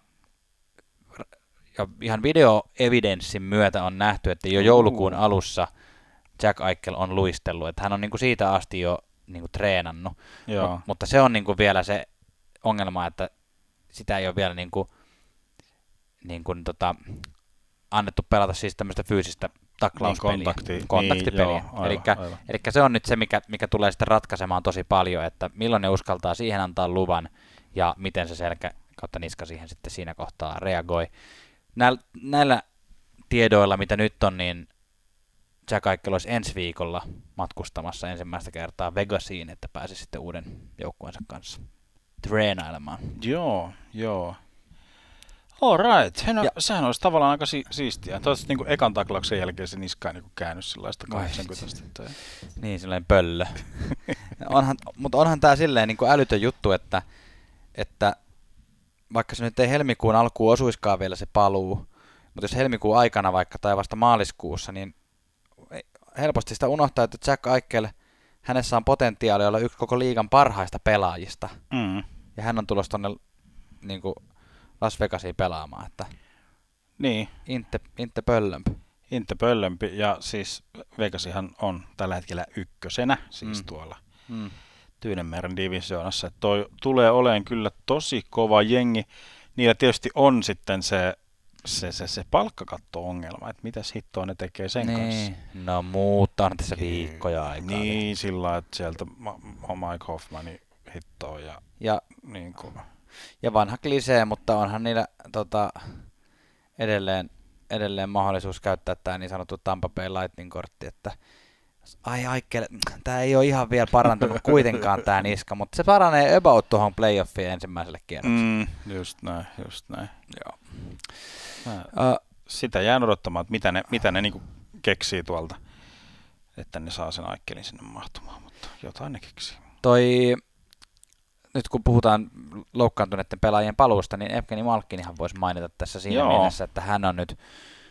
Speaker 2: ja ihan videoevidenssin myötä on nähty, että jo joulukuun alussa Jack Eichel on luistellut, että hän on niin kuin siitä asti jo niin kuin treenannut.
Speaker 3: Joo.
Speaker 2: Mut, mutta se on niin kuin vielä se ongelma, että sitä ei ole vielä niin kuin, niin kuin tota, annettu pelata siis tämmöistä fyysistä taklauspeliä,
Speaker 3: Niin, kontakti-
Speaker 2: kontaktipeliä.
Speaker 3: niin, joo, aivan,
Speaker 2: Elikkä,
Speaker 3: aivan.
Speaker 2: elikkä se on nyt se, mikä, mikä tulee sitten ratkaisemaan tosi paljon, että milloin ne uskaltaa siihen antaa luvan ja miten se selkä kautta niska siihen sitten siinä kohtaa reagoi. Näillä, näillä tiedoilla, mitä nyt on, niin Jack Eichel olisi ensi viikolla matkustamassa ensimmäistä kertaa Vegasiin, että pääsi sitten uuden joukkueensa kanssa treenailemaan.
Speaker 3: Joo, joo. All right. No,
Speaker 2: Ja-
Speaker 3: sehän olisi tavallaan aika si- siistiä. Toivottavasti niin ekan taklauksen jälkeen se niska ei niin käynyt sellaista kahdeksankymmentä. Tai...
Speaker 2: Niin, sellainen pöllö. onhan, mutta onhan tämä silleen niin kuin älytön juttu, että, että vaikka se nyt ei helmikuun alkuun osuiskaan vielä se paluu, mutta jos helmikuun aikana vaikka tai vasta maaliskuussa, niin helposti sitä unohtaa, että Jack Eichel, hänessä on potentiaalia olla yksi koko liigan parhaista pelaajista.
Speaker 3: Mm.
Speaker 2: Ja hän on tulossa tuonne niin kuin Las Vegasiin pelaamaan, että
Speaker 3: Niin,
Speaker 2: inte, inte pöllömpi.
Speaker 3: Inte pöllömpi. Ja siis Vegasihan on tällä hetkellä ykkösenä, siis
Speaker 2: Mm.
Speaker 3: tuolla
Speaker 2: Mm.
Speaker 3: Tyynenmeren divisioonassa. Että toi tulee olemaan kyllä tosi kova jengi. Niillä tietysti on sitten se, se, se, se palkkakatto-ongelma, että mitäs hittoa ne tekee sen kanssa.
Speaker 2: Niin, no muuttaa on tässä viikkoja aikaa.
Speaker 3: Niin, sillä lailla, että sieltä Ma- Ma- Mike Hoffmani hittoo ja
Speaker 2: Ja,
Speaker 3: niin kuin.
Speaker 2: ja vanha klisee, mutta onhan niillä tota, edelleen, edelleen mahdollisuus käyttää tämä niin sanottu Tampa Bay Lightning-kortti, että ai Aikkele, tää ei ole ihan vielä parantunut kuitenkaan tää niska, mutta se paranee about tuohon playoffiin ensimmäiselle kierrokselle.
Speaker 3: Mm, just näin, just näin.
Speaker 2: Joo.
Speaker 3: Mä,
Speaker 2: Uh,
Speaker 3: sitä jään odottamaan, että mitä ne, mitä ne niinku keksii tuolta, että ne saa sen Aikkelin sinne mahtumaan, mutta jotain ne keksii.
Speaker 2: toi, nyt kun puhutaan loukkaantuneiden pelaajien paluusta, niin Evgeni Malkkinihan voisi mainita tässä siinä
Speaker 3: Joo.
Speaker 2: mielessä, että hän on nyt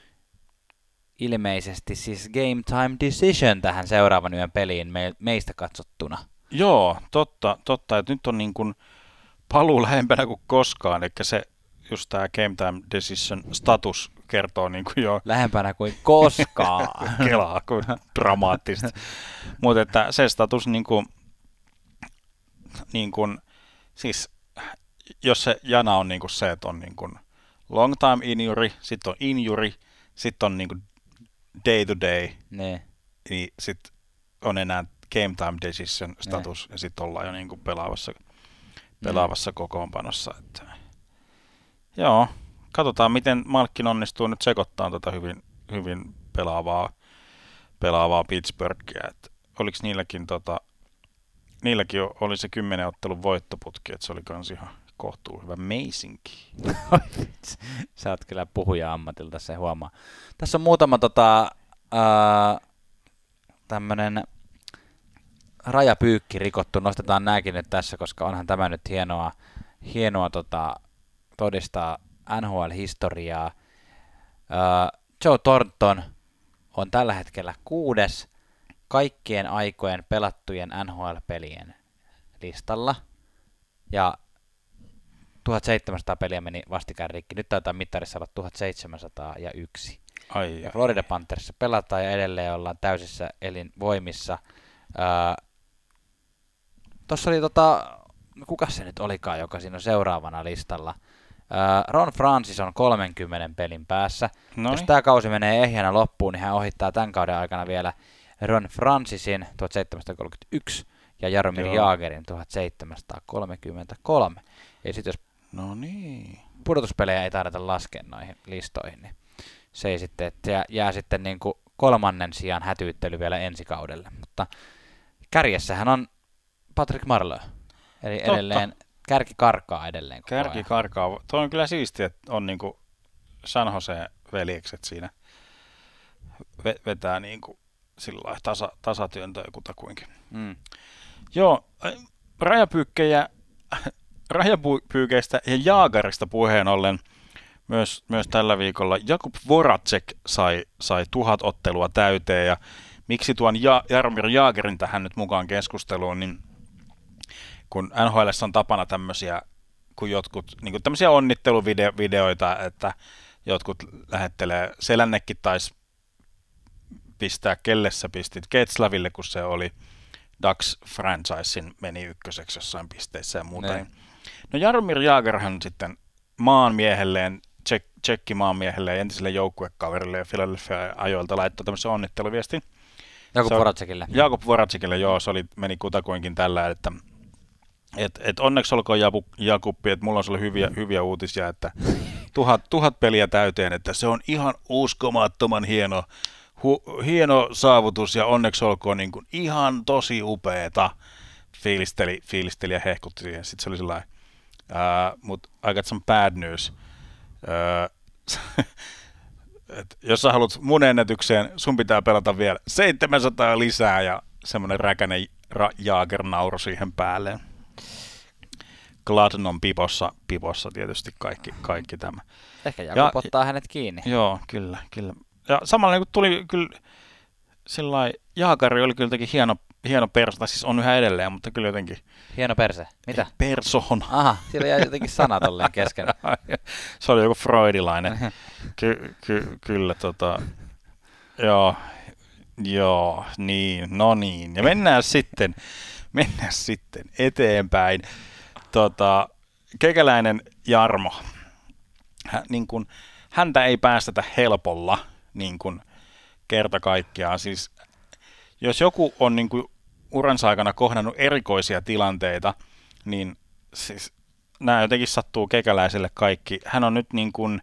Speaker 2: ilmeisesti siis game time decision tähän seuraavan yön peliin me, meistä katsottuna.
Speaker 3: Joo, totta, totta, että nyt on niin kuin paluu lähempänä kuin koskaan, eli se just tämä game time decision status kertoo niin kuin jo
Speaker 2: Lähempänä kuin koskaan.
Speaker 3: kelaa, kuin dramaattista. Mutta että se status niin kuin, niin kuin, siis jos se jana on niin kuin se, että on niin kuin long time injury, sitten on injury, sitten on niin kuin day to day,
Speaker 2: niin.
Speaker 3: niin sitten on enää game time decision status, ne. Ja sitten ollaan jo niin kuin pelaavassa, pelaavassa mm. kokoonpanossa. Että joo, katsotaan miten Malkkin onnistuu nyt sekoittamaan tätä hyvin, hyvin pelaavaa, pelaavaa Pittsburghia. Että oliko niilläkin, tota, niilläkin oli se kymmenen ottelun voittoputki, että se oli kans ihan kohtuu hyvä meisinki.
Speaker 2: Sä oot kyllä puhuja ammatilta, se huomaa. Tässä on muutama tota, ää, tämmönen rajapyykki rikottu. Nostetaan nääkin nyt tässä, koska onhan tämä nyt hienoa, hienoa tota, todistaa N H L-historiaa. Ää, Joe Thornton on tällä hetkellä kuudes kaikkien aikojen pelattujen N H L-pelien listalla. Ja tuhatseitsemänsataa peliä meni vastikään rikki. Nyt taitaa mittarissa olla tuhatseitsemänsataayksi.
Speaker 3: Ai,
Speaker 2: ja Florida Panthersissa pelataan ja edelleen ollaan täysissä elinvoimissa. Ää, Tuossa oli tota, kuka se nyt olikaan, joka siinä on seuraavana listalla. Ää, Ron Francis on kolmenkymmenen pelin päässä.
Speaker 3: Noin.
Speaker 2: Jos tämä kausi menee ehjänä loppuun, niin hän ohittaa tämän kauden aikana vielä Ron Francisin tuhatseitsemänsataakolmekymmentäyksi ja Jaromir Jaagerin tuhatseitsemänsataakolmekymmentäkolme. Ja sitten jos
Speaker 3: no niin.
Speaker 2: pudotuspelejä ei taideta laskea noihin listoihin, niin se ei sitten, että jää, jää sitten niin kuin kolmannen sijaan hätyyttely vielä ensi kaudelle. Mutta kärjessähän on Patrick Marleau, eli
Speaker 3: Totta.
Speaker 2: edelleen kärki karkaa edelleen koko
Speaker 3: Kärki
Speaker 2: ajan.
Speaker 3: karkaa. Tuo on kyllä siistiä, että on niinku San Jose veljekset siinä ve- vetää niinku sillä tasa, tasatyöntöä kutakuinkin.
Speaker 2: Mm.
Speaker 3: Joo, rajapyykkejä, rajapyykeistä ja Jaagarista puheen ollen myös, myös tällä viikolla Jakub Voracek sai, sai tuhat ottelua täyteen ja miksi tuon ja- Jaromir Jaagerin tähän nyt mukaan keskusteluun, niin kun N H L:ssä on tapana tämmöisiä, kun jotkut, niin kuin tämmöisiä onnitteluvideoita, että jotkut lähettelee, Selännekin taisi pistää, kelle sä pistit, Getzlaville, kun se oli Ducks franchisein meni ykköseksi jossain pisteissä ja muuta. Ne. No Jaromir Jaagerhan sitten maanmiehelleen, tsek, tsekki maanmiehelleen, entiselle joukkuekaverille ja Philadelphia ajoilta laittoi tämmöisen onnitteluviestin.
Speaker 2: Jakub Voracekille.
Speaker 3: Jakub Voracekille, joo, se oli, meni kutakuinkin tällä, että et, et onneksi olkoon Jakubbi, että mulla on sulle hyviä, hyviä uutisia, että tuhat, tuhat peliä täyteen, että se on ihan uskomattoman hieno, hu, hieno saavutus ja onneksi olkoon niin kuin ihan tosi upeeta. Fiilisteli, fiilisteli ja hehkutti siihen. Sitten se oli sellainen, uh, mutta I got some bad news. Uh, et jos sä haluat mun ennätykseen, sun pitää pelata vielä seitsemänsataa lisää ja semmoinen räkäinen ra- Jaager-nauru siihen päälle. Gladden on pipossa, pipossa tietysti kaikki, kaikki tämä.
Speaker 2: Ehkä Jakub ottaa hänet kiinni.
Speaker 3: Joo, kyllä, kyllä. Ja samalla niin tuli kyllä sillai, Jaagari oli kyllä jotenkin hieno, hieno perso, siis on yhä edelleen, mutta kyllä jotenkin.
Speaker 2: Hieno perse. Mitä?
Speaker 3: Persona.
Speaker 2: Aha, siellä jäi jotenkin sanat olleen kesken.
Speaker 3: Se oli joku freudilainen. Ky- ky- kyllä tota, joo, joo, niin, no niin. Ja mennään sitten, mennään sitten eteenpäin. Tota, kekäläinen Jarmo, Hän, niin kun, häntä ei päästetä helpolla niin kun kerta kaikkiaan. Siis, jos joku on niin kun uransa aikana kohdannut erikoisia tilanteita, niin siis, nämä jotenkin sattuu kekäläiselle kaikki. Hän on nyt niin kun,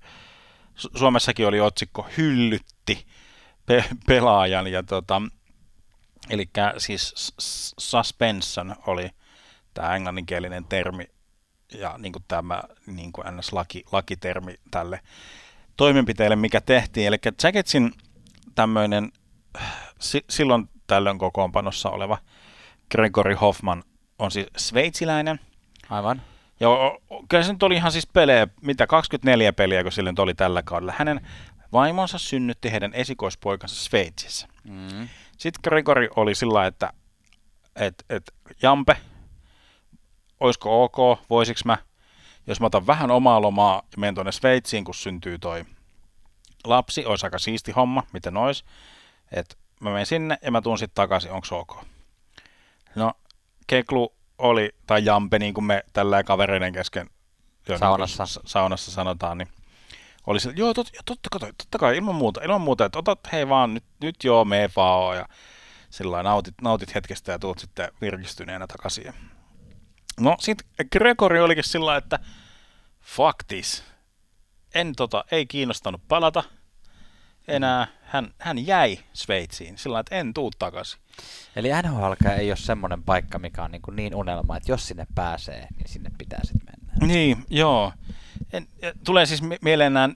Speaker 3: Suomessakin oli otsikko hyllytti pe- pelaajan ja tota, Eli siis suspension oli tämä englanninkielinen termi ja niin kuin tämä niin kuin ns. Laki, lakitermi tälle toimenpiteelle, mikä tehtiin. Eli Jacketsin tämmöinen si, silloin tällöin kokoonpanossa oleva Gregory Hoffman on siis sveitsiläinen.
Speaker 2: Aivan.
Speaker 3: Ja kyllä se nyt oli ihan siis pelejä, mitä kaksikymmentäneljä peliä, kun sillä nyt oli tällä kaudella. Hänen vaimonsa synnytti heidän esikoispoikansa Sveitsissä.
Speaker 2: Mm.
Speaker 3: Sitten Gregory oli sillä, että et, et, Jampe, olisiko ok, voisiks mä, jos mä otan vähän omaa lomaa ja menen tuonne Sveitsiin, kun syntyy toi lapsi, olisi aika siisti homma, miten ois, että mä menen sinne ja mä tuun sitten takaisin, onko ok? No, Keklu oli, tai Jampe, niin kuin me tällä kavereiden kesken
Speaker 2: saunassa.
Speaker 3: Niin saunassa sanotaan, niin oli sillä, joo, tot, totta, kai, totta kai, ilman muuta, ilman muuta, että otat, hei vaan, nyt, nyt joo, mee vaan, ja sillä nautit, nautit hetkestä ja tuut sitten virkistyneenä takaisin. No, sit Gregory olikin sillä, että fuck this, en tota, ei kiinnostanut palata enää, hän, hän jäi Sveitsiin sillä, että en tuu takaisin.
Speaker 2: Eli N H L ei ole semmoinen paikka, mikä on niin, kuin niin unelma, että jos sinne pääsee, niin sinne pitää sitten mennä.
Speaker 3: Niin, joo. En, tulee siis mieleen nämä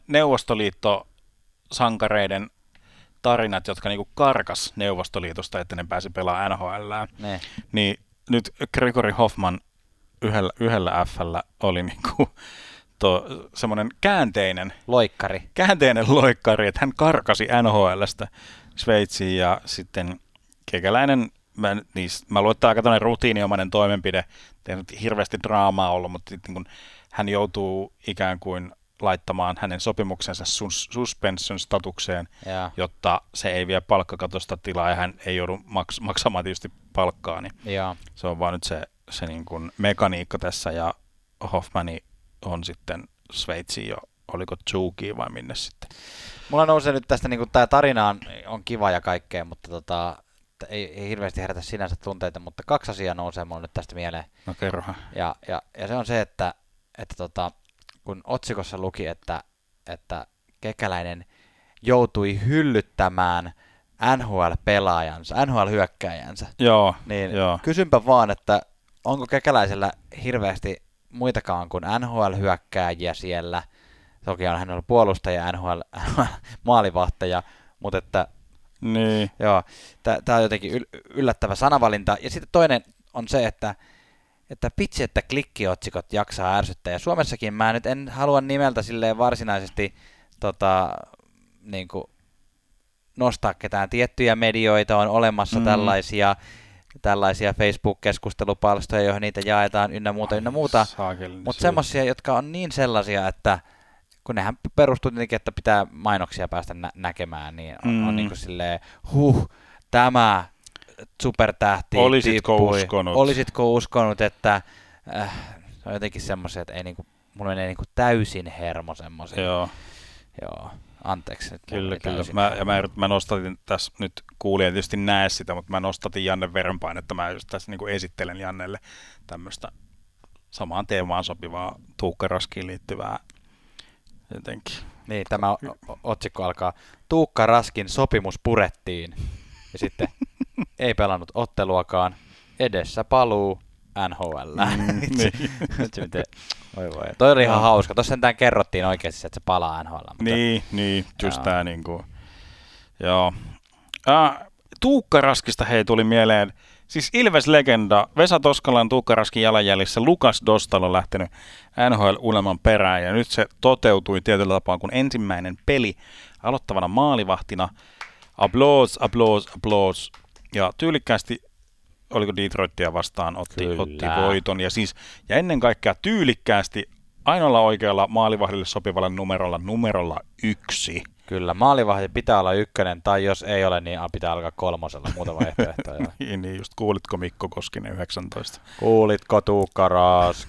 Speaker 3: Neuvostoliitto-sankareiden tarinat, jotka niinku karkas Neuvostoliitosta, että ne pääsi pelaamaan N H L:ään.
Speaker 2: Ne.
Speaker 3: Niin nyt Gregory Hoffman yhdellä, yhdellä F:llä oli niinku semmoinen käänteinen
Speaker 2: loikkari.
Speaker 3: Käänteinen loikkari, että hän karkasi N H L:stä Sveitsiin ja sitten kekäläinen, mä, niin, mä luulen, että aika tämmöinen rutiiniomainen toimenpide, ei nyt hirveästi draamaa ollut, mutta sitten kun hän joutuu ikään kuin laittamaan hänen sopimuksensa sus- suspension statukseen, ja. jotta se ei vie palkkakatosta tilaa ja hän ei joudu maks- maksamaan tietysti palkkaa, niin ja. se on vaan nyt se, se niin kuin mekaniikka tässä ja Hoffmani on sitten Sveitsiin jo, oliko Tsuukiin vai minne sitten?
Speaker 2: Mulla nousee nyt tästä, niin tämä tarina on, on kiva ja kaikkea, mutta tota, ei, ei hirveästi herätä sinänsä tunteita, mutta kaksi asiaa nousee mulle nyt tästä mieleen.
Speaker 3: No kerrohan.
Speaker 2: Ja, ja, ja se on se, että, että tota, kun otsikossa luki, että, että Kekäläinen joutui hyllyttämään N H L-pelaajansa, N H L-hyökkääjänsä,
Speaker 3: joo,
Speaker 2: niin
Speaker 3: joo.
Speaker 2: kysynpä vaan, että onko Kekäläisellä hirveästi muitakaan kuin N H L-hyökkääjiä siellä. Toki on hänellä puolustaja, N H L-maalivahteja, mutta että
Speaker 3: niin.
Speaker 2: joo, tämä on jotenkin yl- yllättävä sanavalinta. Ja sitten toinen on se, että että pitsi, että klikkiotsikot jaksaa ärsyttää. Ja Suomessakin mä nyt en halua nimeltä silleen varsinaisesti tota, niin kuin nostaa ketään tiettyjä medioita, on olemassa mm. tällaisia, tällaisia Facebook-keskustelupalstoja, joihin niitä jaetaan ynnä muuta, ynnä muuta. Mutta semmoisia, jotka on niin sellaisia, että kun nehän perustuu tietenkin, että pitää mainoksia päästä nä- näkemään, niin on, mm. on niin kuin silleen, huh, tämä supertähti
Speaker 3: Olisitko
Speaker 2: tippui.
Speaker 3: uskonut?
Speaker 2: Olisitko uskonut, että äh, se on jotenkin semmoisia, että ei niinku, mulla menee niinku täysin hermo semmoisia.
Speaker 3: Joo.
Speaker 2: Joo, anteeksi.
Speaker 3: Kyllä, kyllä. Mä, ja mä, mä nostatin tässä, nyt kuulija tietysti näe sitä, mutta mä nostatin Janne verenpainetta. Mä just tässä niinku esittelen Jannelle tämmöistä samaan teemaan sopivaa Tuukka Raskiin liittyvää jotenkin.
Speaker 2: Niin, tämä o- otsikko alkaa, Tuukka Raskin sopimus purettiin. Ja sitten ei pelannut otteluakaan, edessä paluu N H L. Mm, niin. Oi voi. Toi oli ihan hauska. Tuossa sentään kerrottiin oikeasti, että se palaa N H L. Mutta
Speaker 3: niin, niin, just tää niinku. Joo. Äh, Tuukka Raskista hei tuli mieleen, siis Ilves-legenda, Vesa Toskalan Tuukka Raskin jalanjäljissä Lukas Dostal on lähtenyt N H L-unelman perään, ja nyt se toteutui tietyllä tapaa, kun ensimmäinen peli aloittavana maalivahtina. Applause, applause, applause. Ja tyylikkäästi, oliko Detroitia vastaan, otti, otti voiton. Ja, siis, ja ennen kaikkea tyylikkäästi ainoalla oikealla maalivahdille sopivalla numerolla, numerolla yksi.
Speaker 2: Kyllä, maalivahti pitää olla ykkönen, tai jos ei ole, niin pitää alkaa kolmosella, muuta vaihtoehtoja.
Speaker 3: niin, niin, just kuulitko Mikko Koskinen yhdeksäntoista?
Speaker 2: Kuulitko Tuukka Rask?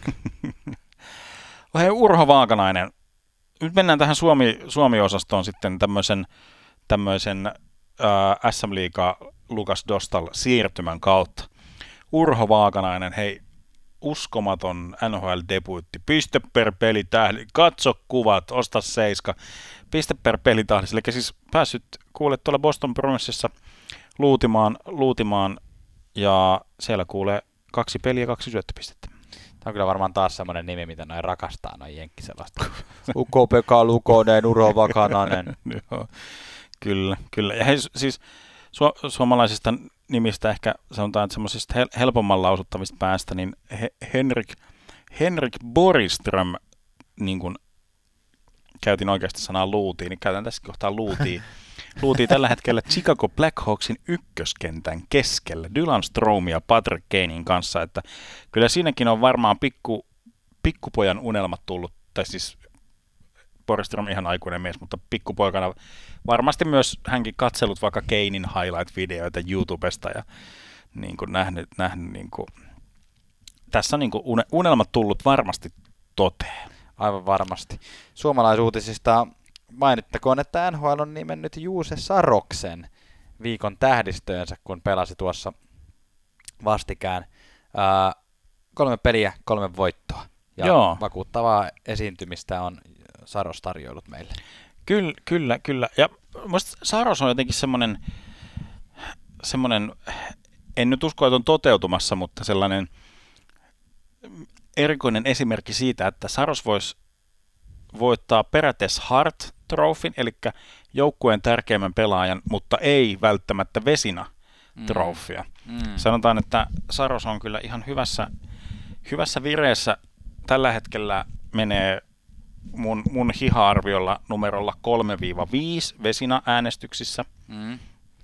Speaker 3: Hei, Urho Vaakanainen. Nyt mennään tähän Suomi, Suomi-osastoon sitten tämmöisen, tämmöisen äh, S M-liiga Lukas Dostal siirtymän kautta. Urho Vaakanainen, hei, uskomaton N H L-debuutti, piste per pelitähli, katso kuvat, osta seiska, piste per pelitähli, eli siis päässyt, kuulet tuolla Boston Bruinsissa luutimaan, luutimaan ja siellä kuulee kaksi peliä ja kaksi syöttöpistettä.
Speaker 2: Tämä on kyllä varmaan taas semmoinen nimi, mitä noin rakastaa, noin jenkkiselasta. Ukko-Pekka Lukonen, Uro Vakananen.
Speaker 3: Joo, kyllä, kyllä. Ja he, siis su- suomalaisista nimistä ehkä sanotaan, että semmoisista hel- helpomman lausuttavista päästä, niin he- Henrik, Henrik Borgström, niin kuin käytin oikeasti sanaa luutiin, niin käytän tässä kohtaa luutiin. Luutiin tällä hetkellä Chicago Blackhawksin ykköskentän keskellä Dylan Strome ja Patrick Kanein kanssa, että kyllä siinäkin on varmaan pikku, pikkupojan unelmat tullut, tai siis Borgström ihan aikuinen mies, mutta pikkupoikana varmasti myös hänkin katsellut vaikka Kanein highlight-videoita YouTubesta ja niin kuin nähnyt, nähnyt niin kuin, tässä on niin kuin unelmat tullut varmasti toteen.
Speaker 2: Aivan varmasti. Suomalaisuutisista mainittakoon, että N H L on nimennyt Juuse Saroksen viikon tähdistöönsä, kun pelasi tuossa vastikään. Ää, kolme peliä, kolme voittoa. Ja
Speaker 3: Joo.
Speaker 2: Vakuuttavaa esiintymistä on Saros tarjoillut meille.
Speaker 3: Kyllä, kyllä, kyllä. Ja musta Saros on jotenkin semmoinen, semmoinen, en nyt usko, että on toteutumassa, mutta sellainen erikoinen esimerkki siitä, että Saros voisi voittaa periaatteessa Hart Trophyn, eli joukkueen tärkeimmän pelaajan, mutta ei välttämättä Vesina Trophya. Mm. Mm. Sanotaan, että Saros on kyllä ihan hyvässä, hyvässä vireessä. Tällä hetkellä menee mun, mun hiha-arviolla numerolla kolme viisi Vesina-äänestyksissä, mm.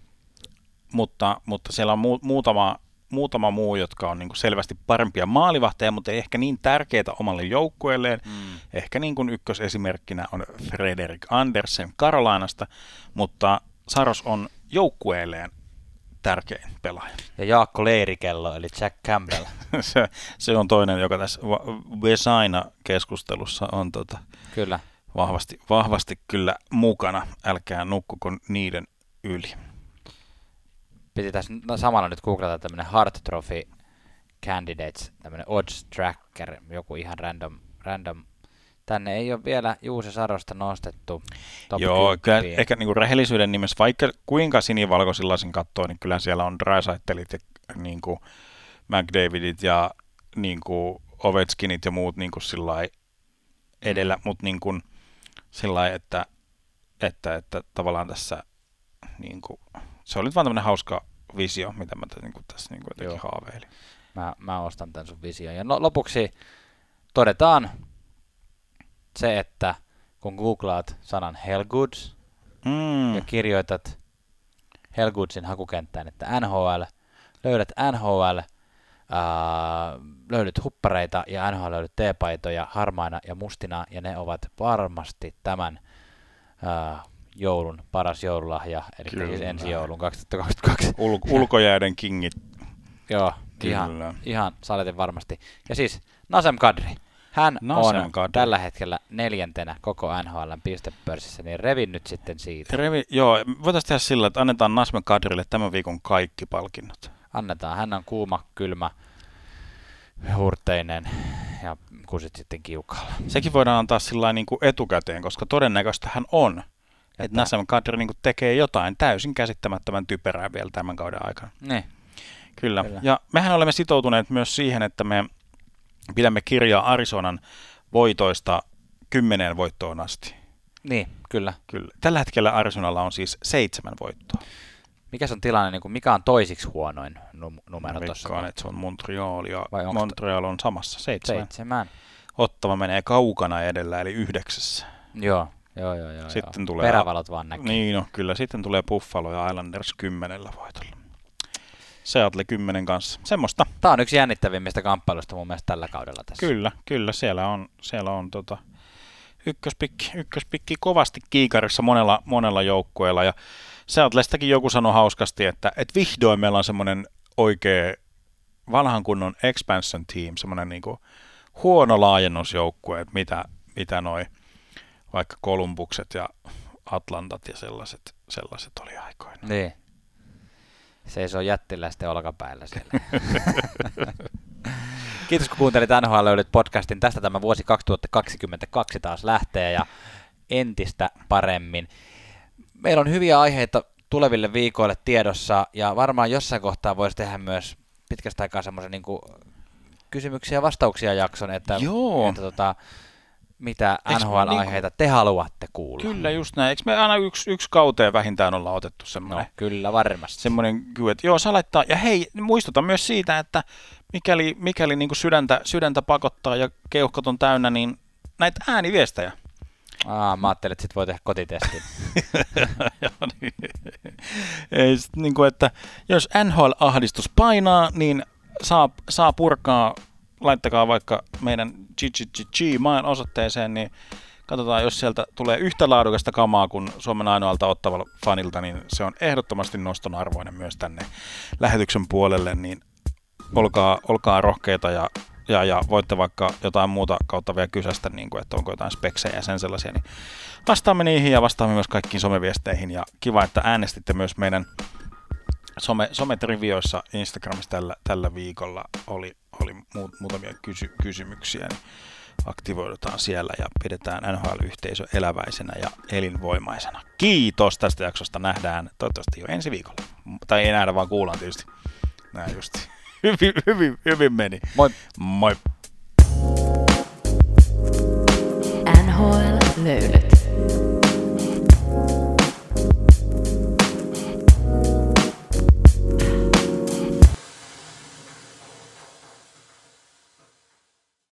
Speaker 3: mutta, mutta siellä on mu, muutama, muutama muu, jotka on niin kuin selvästi parempia maalivahteja, mutta ei ehkä niin tärkeitä omalle joukkueelleen. Mm. Ehkä niin kuin ykkösesimerkkinä on Frederik Andersen Carolinasta, mutta Saros on joukkueelleen tärkein pelaaja.
Speaker 2: Ja Jaakko Leirikello, eli Jack Campbell.
Speaker 3: se, se on toinen, joka tässä Vesaina-keskustelussa on tota
Speaker 2: kyllä.
Speaker 3: Vahvasti, vahvasti kyllä mukana. Älkää nukkuko niiden yli.
Speaker 2: Piti tässä samalla nyt googlata tämmöinen Hart Trophy Candidates, tämmöinen odds tracker, joku ihan random, random. Tänne ei ole vielä Juuse Sarosta nostettu top
Speaker 3: Joo, kyllä,
Speaker 2: kymmenen.
Speaker 3: ehkä niinku rehellisyyden nimessä, vaikka kuinka sinivalkoisilla sen katsoo, niin kyllä siellä on Dreisaitelit ja niinku McDavidit ja niinku Ovechkinit ja muut niinku sillai edellä, mm. mutta niinku sillai, että, että, että tavallaan tässä niinku, se oli vaan tämmöinen hauska visio, mitä mä niinku tässä niinku jotenkin haaveilin.
Speaker 2: Mä, mä ostan tämän sun vision. Ja no, lopuksi todetaan se, että kun googlaat sanan Hellgoods mm. ja kirjoitat Hellgoodsin hakukenttään, että N H L, löydät N H L, ää, löydyt huppareita ja N H L löydyt T-paitoja harmaina ja mustina, ja ne ovat varmasti tämän ää, joulun paras joululahja, eli
Speaker 3: Kyllä.
Speaker 2: siis ensi joulun kaksituhattakaksikymmentäkaksi.
Speaker 3: Ul- ulkojääden kingit.
Speaker 2: Joo, ihan, ihan saletin varmasti. Ja siis Nazem Kadri. Hän
Speaker 3: Nazem
Speaker 2: on
Speaker 3: Kadri.
Speaker 2: tällä hetkellä neljäntenä koko N H L:n pistepörssissä, niin revin nyt sitten siitä.
Speaker 3: Revi, joo, voitaisiin tehdä sillä, että annetaan Nazem Kadrille tämän viikon kaikki palkinnot.
Speaker 2: Annetaan. Hän on kuuma, kylmä, hurteinen ja kusit sitten kiukaalla.
Speaker 3: Sekin voidaan antaa sillä niin kuin etukäteen, koska todennäköistä hän on, että Nazem Kadri niin kuin tekee jotain täysin käsittämättömän typerää vielä tämän kauden aikana.
Speaker 2: Niin.
Speaker 3: Kyllä. Kyllä. Ja mehän olemme sitoutuneet myös siihen, että me pidämme kirjaa Arizonan voitoista kymmeneen voittoon asti.
Speaker 2: Niin, kyllä.
Speaker 3: Kyllä. Tällä hetkellä Arizonalla on siis seitsemän voittoa.
Speaker 2: Mikä on tilanne, niin kuin mikä on toisiksi huonoin num- numero tuossa?
Speaker 3: Veikkaan, että se on Montreal ja
Speaker 2: Vai
Speaker 3: Montreal on samassa, seitsemän.
Speaker 2: Seitsemän.
Speaker 3: Ottava menee kaukana edellä, eli yhdeksässä.
Speaker 2: Joo, joo, joo. joo
Speaker 3: sitten
Speaker 2: joo.
Speaker 3: tulee
Speaker 2: perävalot vaan näkyy.
Speaker 3: Niin, no, kyllä. Sitten tulee Buffalo ja Islanders kymmenellä voitolla. Seattle kymmenen kanssa. Semmoista.
Speaker 2: Tämä on yksi jännittävimmistä kamppailusta mun mielestä tällä kaudella tässä.
Speaker 3: Kyllä, kyllä. Siellä on, siellä on tota ykköspikki, ykköspikki kovasti kiikarissa monella, monella joukkueella. Ja Seattlestakin joku sanoi hauskasti, että, että vihdoin meillä on semmoinen oikea vanhan kunnon expansion team, semmoinen niinku huono laajennusjoukkue, että mitä, mitä noi vaikka Columbukset ja Atlantat ja sellaiset, sellaiset oli aikoina.
Speaker 2: Niin. Seisoo jättiläisten olkapäillä siellä. Kiitos kun kuuntelit N H L Löylyt podcastin. Tästä tämä vuosi kaksituhattakaksikymmentäkaksi taas lähtee ja entistä paremmin. Meillä on hyviä aiheita tuleville viikoille tiedossa, ja varmaan jossain kohtaa voisi tehdä myös pitkästä aikaa semmoisen niin kuin kysymyksiä ja vastauksia jakson, että, että tota, mitä N H L-aiheita niin te haluatte kuulla.
Speaker 3: Kyllä, just näin. Eikö me aina yksi, yksi kauteen vähintään olla otettu semmoinen?
Speaker 2: No, kyllä, varmasti.
Speaker 3: Semmoinen, että joo, saa laittaa. Ja hei, muistuta myös siitä, että mikäli, mikäli niin kuin sydäntä, sydäntä pakottaa ja keuhkot on täynnä, niin näitä ääniviestejä.
Speaker 2: Aa, mä ajattelin, että sit voi tehdä kotitestin.
Speaker 3: Ei, sit, niin kuin, että jos N H L-ahdistus painaa, niin saa, saa purkaa, laittakaa vaikka meidän Gmail osoitteeseen, niin katsotaan, jos sieltä tulee yhtä laadukasta kamaa kuin Suomen ainoalta Ottavalta fanilta, niin se on ehdottomasti noston arvoinen myös tänne lähetyksen puolelle, niin olkaa, olkaa rohkeita ja Ja, ja voitte vaikka jotain muuta kautta vielä kysästä, niin kuin, että onko jotain speksejä ja sen sellaisia, niin vastaamme niihin ja vastaamme myös kaikkiin someviesteihin. Ja kiva, että äänestitte myös meidän some, sometrivioissa Instagramissa tällä, tällä viikolla. Oli, oli muut, muutamia kysy, kysymyksiä, niin aktivoidutaan siellä ja pidetään N H L-yhteisö eläväisenä ja elinvoimaisena. Kiitos tästä jaksosta. Nähdään toivottavasti jo ensi viikolla. Tai ei nähdä, vaan kuullaan tietysti. Näin justi. Hyvin, hyvin, hyvin meni.
Speaker 2: Moi.
Speaker 3: Moi.
Speaker 1: N H L-löydöt.